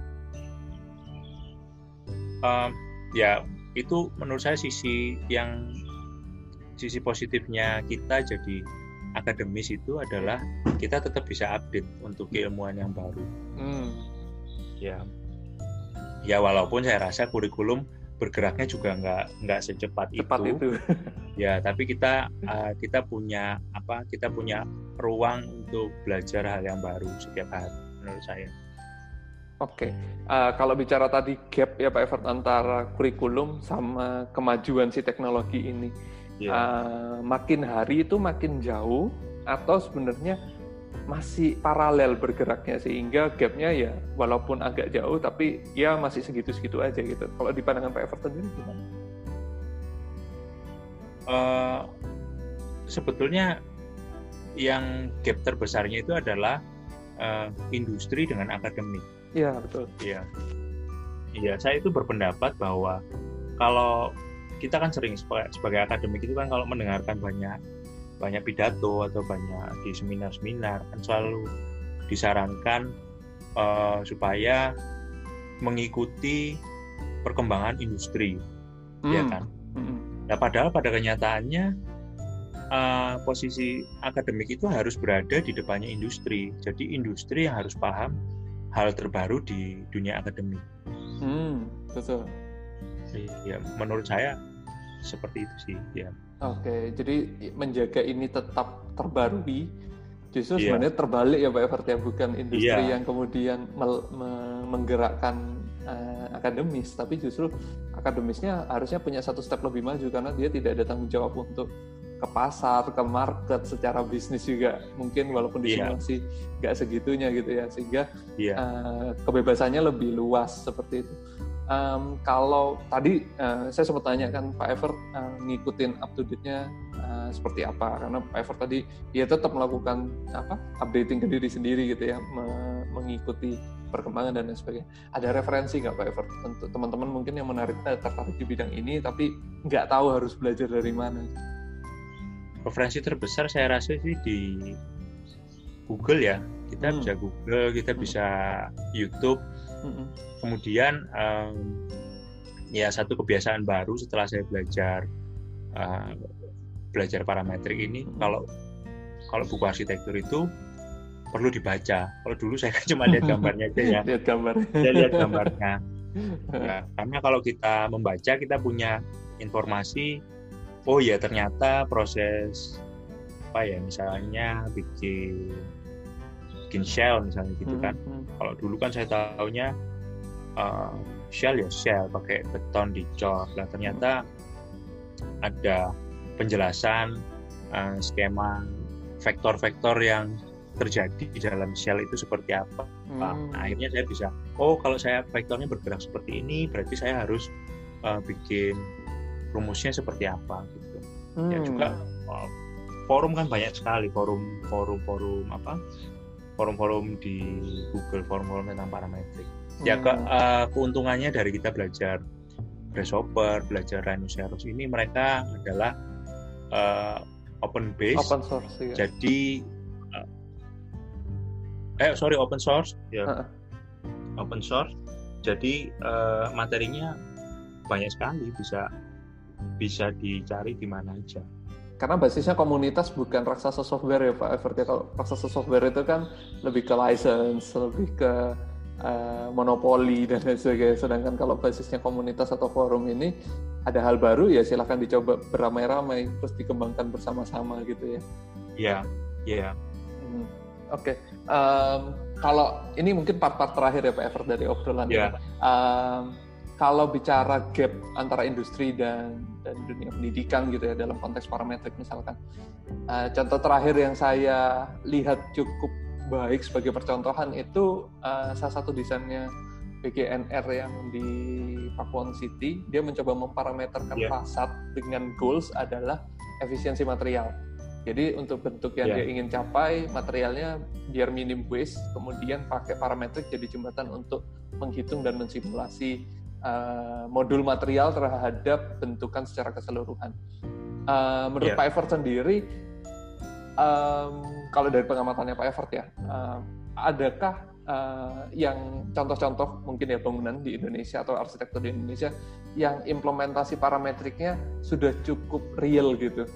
S3: Um, ya itu menurut saya sisi yang sisi positifnya kita jadi akademis itu adalah kita tetap bisa update untuk keilmuan yang baru. Hmm. Ya, ya walaupun saya rasa kurikulum bergeraknya juga nggak nggak secepat
S2: Cepat
S3: itu.
S2: itu.
S3: Ya, tapi kita uh, kita punya apa? Kita punya ruang untuk belajar hal yang baru setiap hari menurut saya.
S2: Oke, okay. uh, kalau bicara tadi gap ya Pak Evert antara kurikulum sama kemajuan si teknologi ini, yeah. uh, makin hari itu makin jauh atau sebenarnya masih paralel bergeraknya sehingga gapnya ya walaupun agak jauh tapi ya masih segitu-segitu aja gitu. Kalau di pandangan Pak Evert sendiri gimana?
S3: Uh, sebetulnya yang gap terbesarnya itu adalah uh, industri dengan akademik.
S2: Iya, betul.
S3: Iya. Iya, saya itu berpendapat bahwa kalau kita kan sering sebagai, sebagai akademik itu kan kalau mendengarkan banyak banyak pidato atau banyak di seminar-seminar kan selalu disarankan uh, supaya mengikuti perkembangan industri, hmm. ya kan? Hmm. Nah, padahal pada kenyataannya uh, posisi akademik itu harus berada di depannya industri. Jadi industri yang harus paham hal terbaru di dunia akademik.
S2: Hmm, betul.
S3: Ya, menurut saya seperti itu sih. Ya.
S2: Oke, jadi menjaga ini tetap terbarui, justru
S3: yeah.
S2: sebenarnya terbalik ya Pak Evert ya, bukan industri
S3: yeah.
S2: yang kemudian mel- me- menggerakkan uh, akademis, tapi justru akademisnya harusnya punya satu step lebih maju karena dia tidak ada tanggung jawab untuk ke pasar, ke market, secara bisnis juga mungkin walaupun di sini masih nggak segitunya gitu ya, sehingga yeah. uh, kebebasannya lebih luas seperti itu. Um, kalau tadi uh, saya sempat tanya kan Pak Evert uh, ngikutin up to date-nya uh, seperti apa, karena Pak Evert tadi ya tetap melakukan apa updating ke diri sendiri gitu ya, me- mengikuti perkembangan dan lain sebagainya. Ada referensi nggak Pak Evert untuk teman-teman mungkin yang menarik eh, tertarik di bidang ini tapi nggak tahu harus belajar dari mana?
S3: Referensi terbesar saya rasa sih di Google ya. Kita hmm. bisa Google, kita hmm. bisa YouTube. Hmm. Kemudian um, ya satu kebiasaan baru setelah saya belajar uh, belajar parametrik ini, hmm. kalau kalau buku arsitektur itu perlu dibaca. Kalau dulu saya kan cuma lihat gambarnya aja ya.
S2: Lihat gambar.
S3: Saya lihat gambarnya. Ya, karena kalau kita membaca kita punya informasi. Oh ya, ternyata proses apa ya, misalnya bikin bikin shell misalnya gitu kan. Hmm. Kalau dulu kan saya tahunya uh, shell ya shell pakai beton dicor. Lah ternyata hmm. ada penjelasan uh, skema vektor-vektor yang terjadi di dalam shell itu seperti apa. Hmm. Nah, akhirnya saya bisa, oh kalau saya vektornya bergerak seperti ini, berarti saya harus uh, bikin rumusnya seperti apa gitu. Hmm. Ya juga uh, forum kan banyak sekali, forum forum forum apa forum-forum di Google, forum-forum tentang parametrik. Hmm. Ya ke, uh, keuntungannya dari kita belajar Grasshopper, belajar Rhinoceros ini, mereka adalah uh, open base,
S2: open source, ya.
S3: Jadi uh, eh sorry open source ya, uh-uh. open source. Jadi uh, materinya banyak sekali, bisa bisa dicari di mana aja.
S2: Karena basisnya komunitas, bukan raksasa software ya Pak Evert ya. Kalau raksasa software itu kan lebih ke license, lebih ke uh, monopoli dan lain sebagainya. Sedangkan kalau basisnya komunitas atau forum ini, ada hal baru ya silahkan dicoba beramai-ramai, terus dikembangkan bersama-sama gitu ya.
S3: Iya, iya.
S2: Hmm. Oke, okay. um, kalau ini mungkin part-part terakhir ya Pak Evert dari obrolan
S3: yeah.
S2: ini. Um, Kalau bicara gap antara industri dan, dan dunia pendidikan gitu ya dalam konteks parametrik misalkan, uh, contoh terakhir yang saya lihat cukup baik sebagai percontohan itu uh, salah satu desainnya B G N R yang di Pakuwon City. Dia mencoba memparameterkan yeah. fasad dengan goals adalah efisiensi material. Jadi untuk bentuk yang yeah. dia ingin capai, materialnya biar minim waste, kemudian pakai parametrik jadi jembatan untuk menghitung dan mensimulasi Uh, modul material terhadap bentukan secara keseluruhan. Uh, menurut yeah. Pak Evert sendiri, um, kalau dari pengamatannya Pak Evert ya, uh, adakah uh, yang contoh-contoh mungkin ya bangunan di Indonesia atau arsitektur di Indonesia yang implementasi parametriknya sudah cukup real gitu?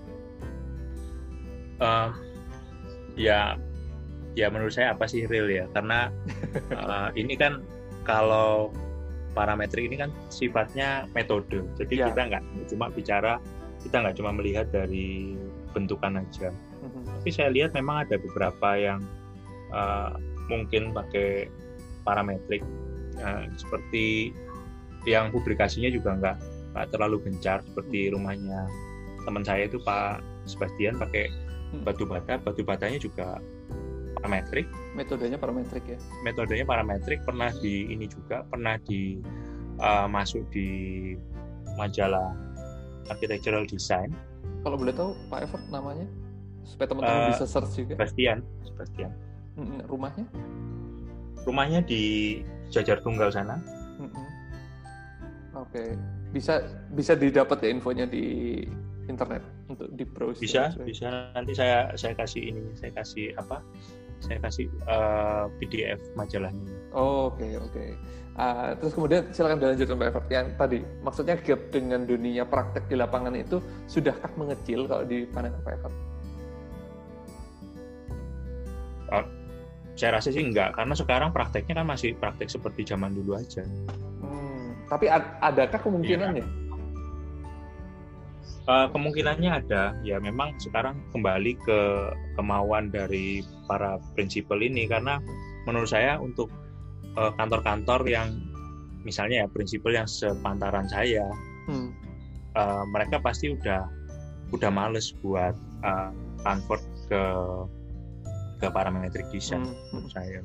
S3: Uh, ya, ya menurut saya apa sih real ya? Karena uh, ini kan kalau parametrik ini kan sifatnya metode, jadi ya. Kita nggak cuma bicara, kita nggak cuma melihat dari bentukan aja, mm-hmm. tapi saya lihat memang ada beberapa yang uh, mungkin pakai parametrik, uh, seperti yang publikasinya juga nggak nggak terlalu gencar, seperti rumahnya teman saya itu Pak Sebastian pakai batu bata, batu batanya juga parametrik.
S2: Metodenya parametrik ya.
S3: Metodenya parametrik, pernah di ini juga pernah di uh, masuk di majalah Architectural Design.
S2: Kalau boleh tahu Pak Evert namanya, supaya teman-teman uh, bisa search juga.
S3: Sebastian, Sebastian.
S2: Rumahnya?
S3: Rumahnya di Jajar Tunggal sana.
S2: Mm-hmm. Oke, okay. bisa bisa didapat ya infonya di internet untuk di browse.
S3: Bisa, ya, bisa. Nanti saya saya kasih ini, saya kasih apa? Saya kasih uh, P D F majalahnya.
S2: Oh, oke, okay, oke. Okay. Uh, terus kemudian silakan dilanjutkan Pak Evert. Yang tadi maksudnya gap dengan dunia praktek di lapangan itu sudahkah mengecil kalau di pandangan Pak Evert?
S3: Uh, saya rasa sih enggak, karena sekarang prakteknya kan masih praktek seperti zaman dulu aja.
S2: Hmm, tapi ad- adakah kemungkinannya? Ya.
S3: Uh, kemungkinannya ada, ya memang sekarang kembali ke kemauan dari para prinsipal ini, karena menurut saya untuk uh, kantor-kantor yang misalnya ya prinsipal yang sepantaran saya, hmm. uh, mereka pasti udah udah males buat uh, convert ke ke parametric design hmm. menurut saya.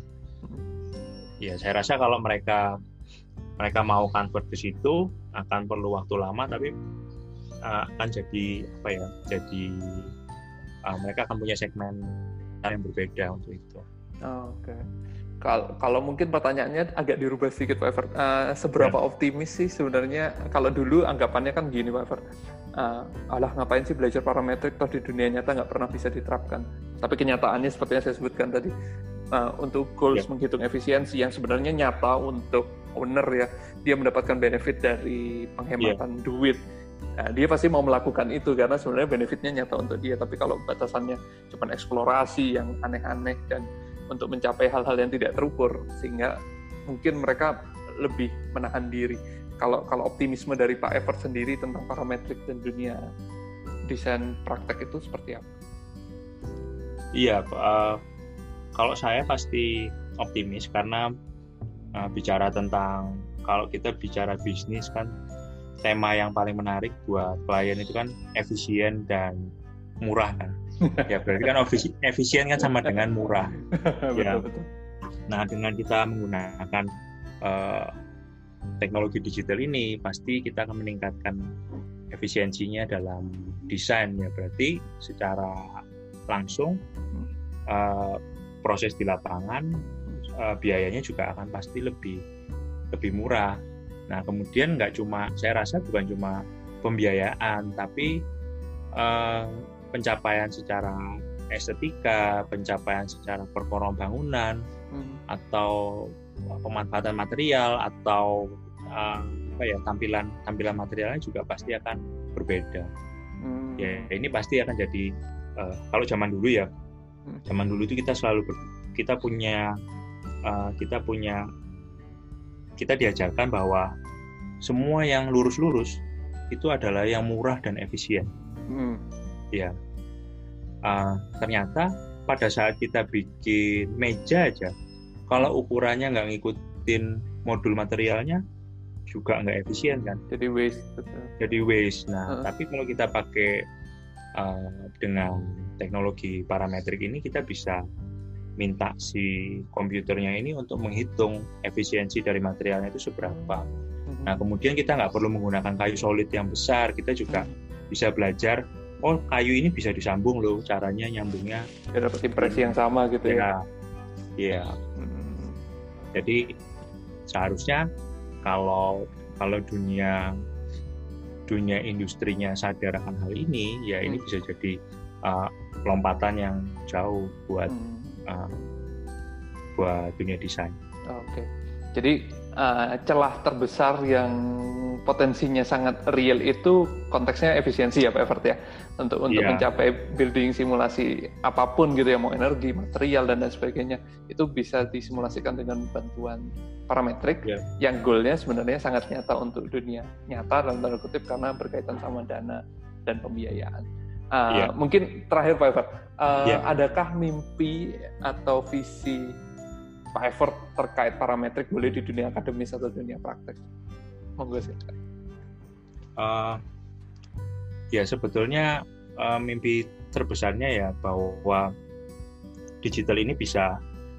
S3: Ya saya rasa kalau mereka mereka mau convert ke situ akan perlu waktu lama, tapi Uh, akan jadi apa ya? Jadi uh, mereka akan punya segmen yang berbeda untuk itu.
S2: Oh, Oke. Okay. Kalau kalau mungkin pertanyaannya agak dirubah sedikit Pak Evert. Uh, seberapa ya. optimis sih sebenarnya? Kalau dulu anggapannya kan gini Pak Evert. Uh, alah ngapain sih belajar parametrik? Toh di dunia nyata nggak pernah bisa diterapkan. Tapi kenyataannya seperti yang saya sebutkan tadi, uh, untuk goals ya. menghitung efisiensi yang sebenarnya nyata untuk owner ya, dia mendapatkan benefit dari penghematan ya. duit. Nah, dia pasti mau melakukan itu karena sebenarnya benefitnya nyata untuk dia. Tapi kalau batasannya cuma eksplorasi yang aneh-aneh dan untuk mencapai hal-hal yang tidak terukur, sehingga mungkin mereka lebih menahan diri. Kalau kalau optimisme dari Pak Evert sendiri tentang parametrik dan dunia desain praktek itu seperti apa?
S3: Iya, uh, kalau saya pasti optimis karena uh, bicara tentang, kalau kita bicara bisnis kan, tema yang paling menarik buat klien itu kan efisien dan murah kan. Ya berarti kan efisien kan sama dengan murah. Ya. Betul, betul. Nah dengan kita menggunakan uh, teknologi digital ini pasti kita akan meningkatkan efisiensinya dalam desain ya. Berarti secara langsung uh, proses di lapangan uh, biayanya juga akan pasti lebih lebih murah. Nah, kemudian nggak cuma, saya rasa bukan cuma pembiayaan, tapi eh, pencapaian secara estetika, pencapaian secara performa bangunan, hmm. atau pemanfaatan material, atau eh, apa ya tampilan tampilan materialnya juga pasti akan berbeda. Hmm. Ya, ini pasti akan jadi eh, kalau zaman dulu ya, hmm. zaman dulu itu kita selalu ber, kita punya eh, kita punya kita diajarkan bahwa semua yang lurus-lurus itu adalah yang murah dan efisien. Hmm. Ya, uh, ternyata pada saat kita bikin meja aja, kalau ukurannya nggak ngikutin modul materialnya, juga nggak efisien kan?
S2: Jadi waste. Betul.
S3: Jadi waste. Nah, uh. tapi kalau kita pakai uh, dengan teknologi parametrik ini, kita bisa minta si komputernya ini untuk menghitung efisiensi dari materialnya itu seberapa. Mm-hmm. Nah kemudian kita nggak perlu menggunakan kayu solid yang besar, kita juga mm-hmm. bisa belajar, oh kayu ini bisa disambung loh, caranya nyambungnya.
S2: Ya dapat impresi yang sama gitu ya.
S3: Ya. Ya. Mm-hmm. Jadi seharusnya kalau kalau dunia dunia industrinya sadar akan hal ini, ya ini mm-hmm. bisa jadi uh, lompatan yang jauh buat mm-hmm. Uh, buat dunia desain.
S2: Oke, okay. Jadi uh, celah terbesar yang potensinya sangat real itu konteksnya efisiensi ya Pak Evert ya, untuk untuk yeah. mencapai building simulasi apapun gitu ya, mau energi, material dan lain sebagainya, itu bisa disimulasikan dengan bantuan parametrik yeah. yang goalnya sebenarnya sangat nyata untuk dunia nyata dalam tanda kutip karena berkaitan sama dana dan pembiayaan. Uh, yeah. Mungkin terakhir Pak Evert, uh, yeah. adakah mimpi atau visi Pak Evert terkait parametrik boleh di dunia akademis atau dunia praktek? Monggo sih.
S3: Uh, ya sebetulnya uh, mimpi terbesarnya ya bahwa digital ini bisa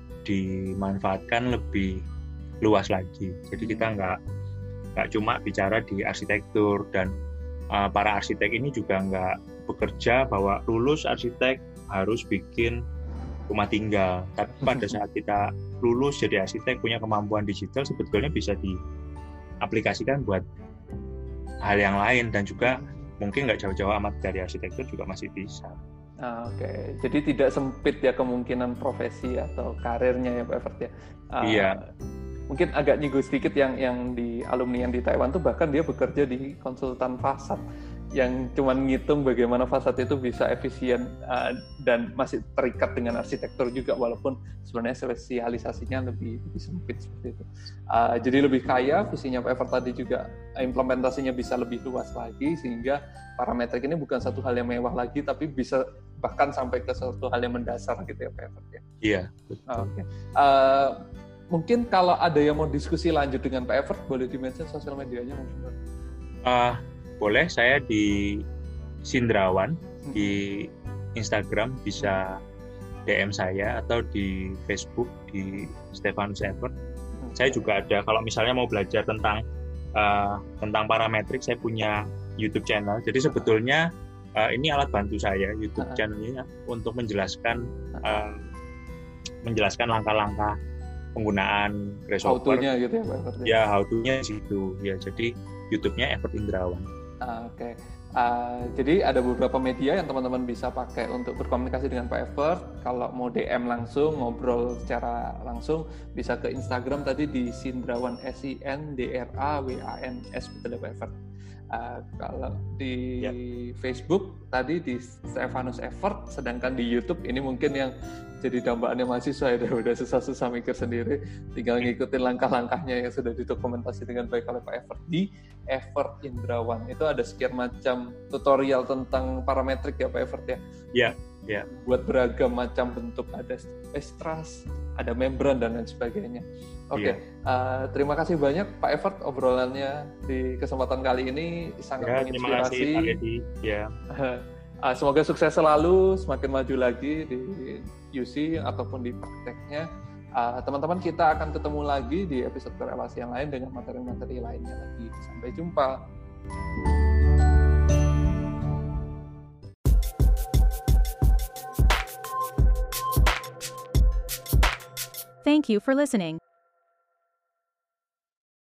S3: dimanfaatkan lebih luas lagi. Jadi kita nggak nggak cuma bicara di arsitektur, dan uh, para arsitek ini juga nggak bekerja bahwa lulus arsitek harus bikin rumah tinggal. Tapi pada saat kita lulus jadi arsitek punya kemampuan digital, sebetulnya bisa diaplikasikan buat hal yang lain, dan juga mungkin nggak jauh-jauh amat dari arsitektur juga masih bisa.
S2: Ah, Oke, okay. Jadi tidak sempit ya kemungkinan profesi atau karirnya ya Pak Evert ya. Uh,
S3: iya.
S2: Mungkin agak nyinggung sedikit yang yang di alumni yang di Taiwan tuh bahkan dia bekerja di konsultan fasad yang cuman ngitung bagaimana fasad itu bisa efisien uh, dan masih terikat dengan arsitektur juga, walaupun sebenarnya spesialisasinya lebih, lebih sempit seperti itu. Uh, jadi lebih kaya visinya Pak Evert tadi, juga implementasinya bisa lebih luas lagi sehingga parametrik ini bukan satu hal yang mewah lagi tapi bisa bahkan sampai ke satu hal yang mendasar gitu ya Pak Evert ya.
S3: Iya.
S2: Oke. Okay. Uh, mungkin kalau ada yang mau diskusi lanjut dengan Pak Evert boleh di-mention sosial medianya mungkin.
S3: Uh, boleh, saya di Sindrawan di Instagram, bisa D M saya, atau di Facebook di Stefanus Evert. Saya juga ada, kalau misalnya mau belajar tentang uh, tentang parametrik, saya punya YouTube channel. Jadi sebetulnya uh, ini alat bantu saya, YouTube uh-huh. channelnya, untuk menjelaskan uh, menjelaskan langkah-langkah penggunaan Grasshopper.
S2: How-to-nya gitu ya Pak Evert?
S3: Ya, how-to-nya di situ. Ya, jadi YouTube-nya Evert Indrawan.
S2: Uh, Oke, okay. uh, jadi ada beberapa media yang teman-teman bisa pakai untuk berkomunikasi dengan Pak Evert. Kalau mau D M langsung, ngobrol secara langsung, bisa ke Instagram tadi di Sindrawan, S I N D R A W A N S, betul ya Pak Evert. Uh, kalau di yep. Facebook tadi di Stefanus Evert, sedangkan di YouTube ini mungkin yang jadi dambaannya mahasiswa ya, udah susah-susah mikir sendiri, tinggal ngikutin langkah-langkahnya yang sudah didokumentasi dengan baik oleh Pak Evert di Evert Indrawan. Itu ada sekian macam tutorial tentang parametrik ya Pak Evert ya.
S3: Iya, iya.
S2: Buat beragam macam bentuk, ada stras, ada membran dan lain sebagainya. Oke, okay. yeah. uh, terima kasih banyak Pak Evert, obrolannya di kesempatan kali ini sangat ya, menginspirasi.
S3: Terima kasih Pak Edi. Ya.
S2: Uh, semoga sukses selalu, semakin maju lagi di U C ataupun di prakteknya. Uh, teman-teman, kita akan ketemu lagi di episode korelasi yang lain dengan materi-materi lainnya lagi. Sampai jumpa.
S1: Thank you for listening.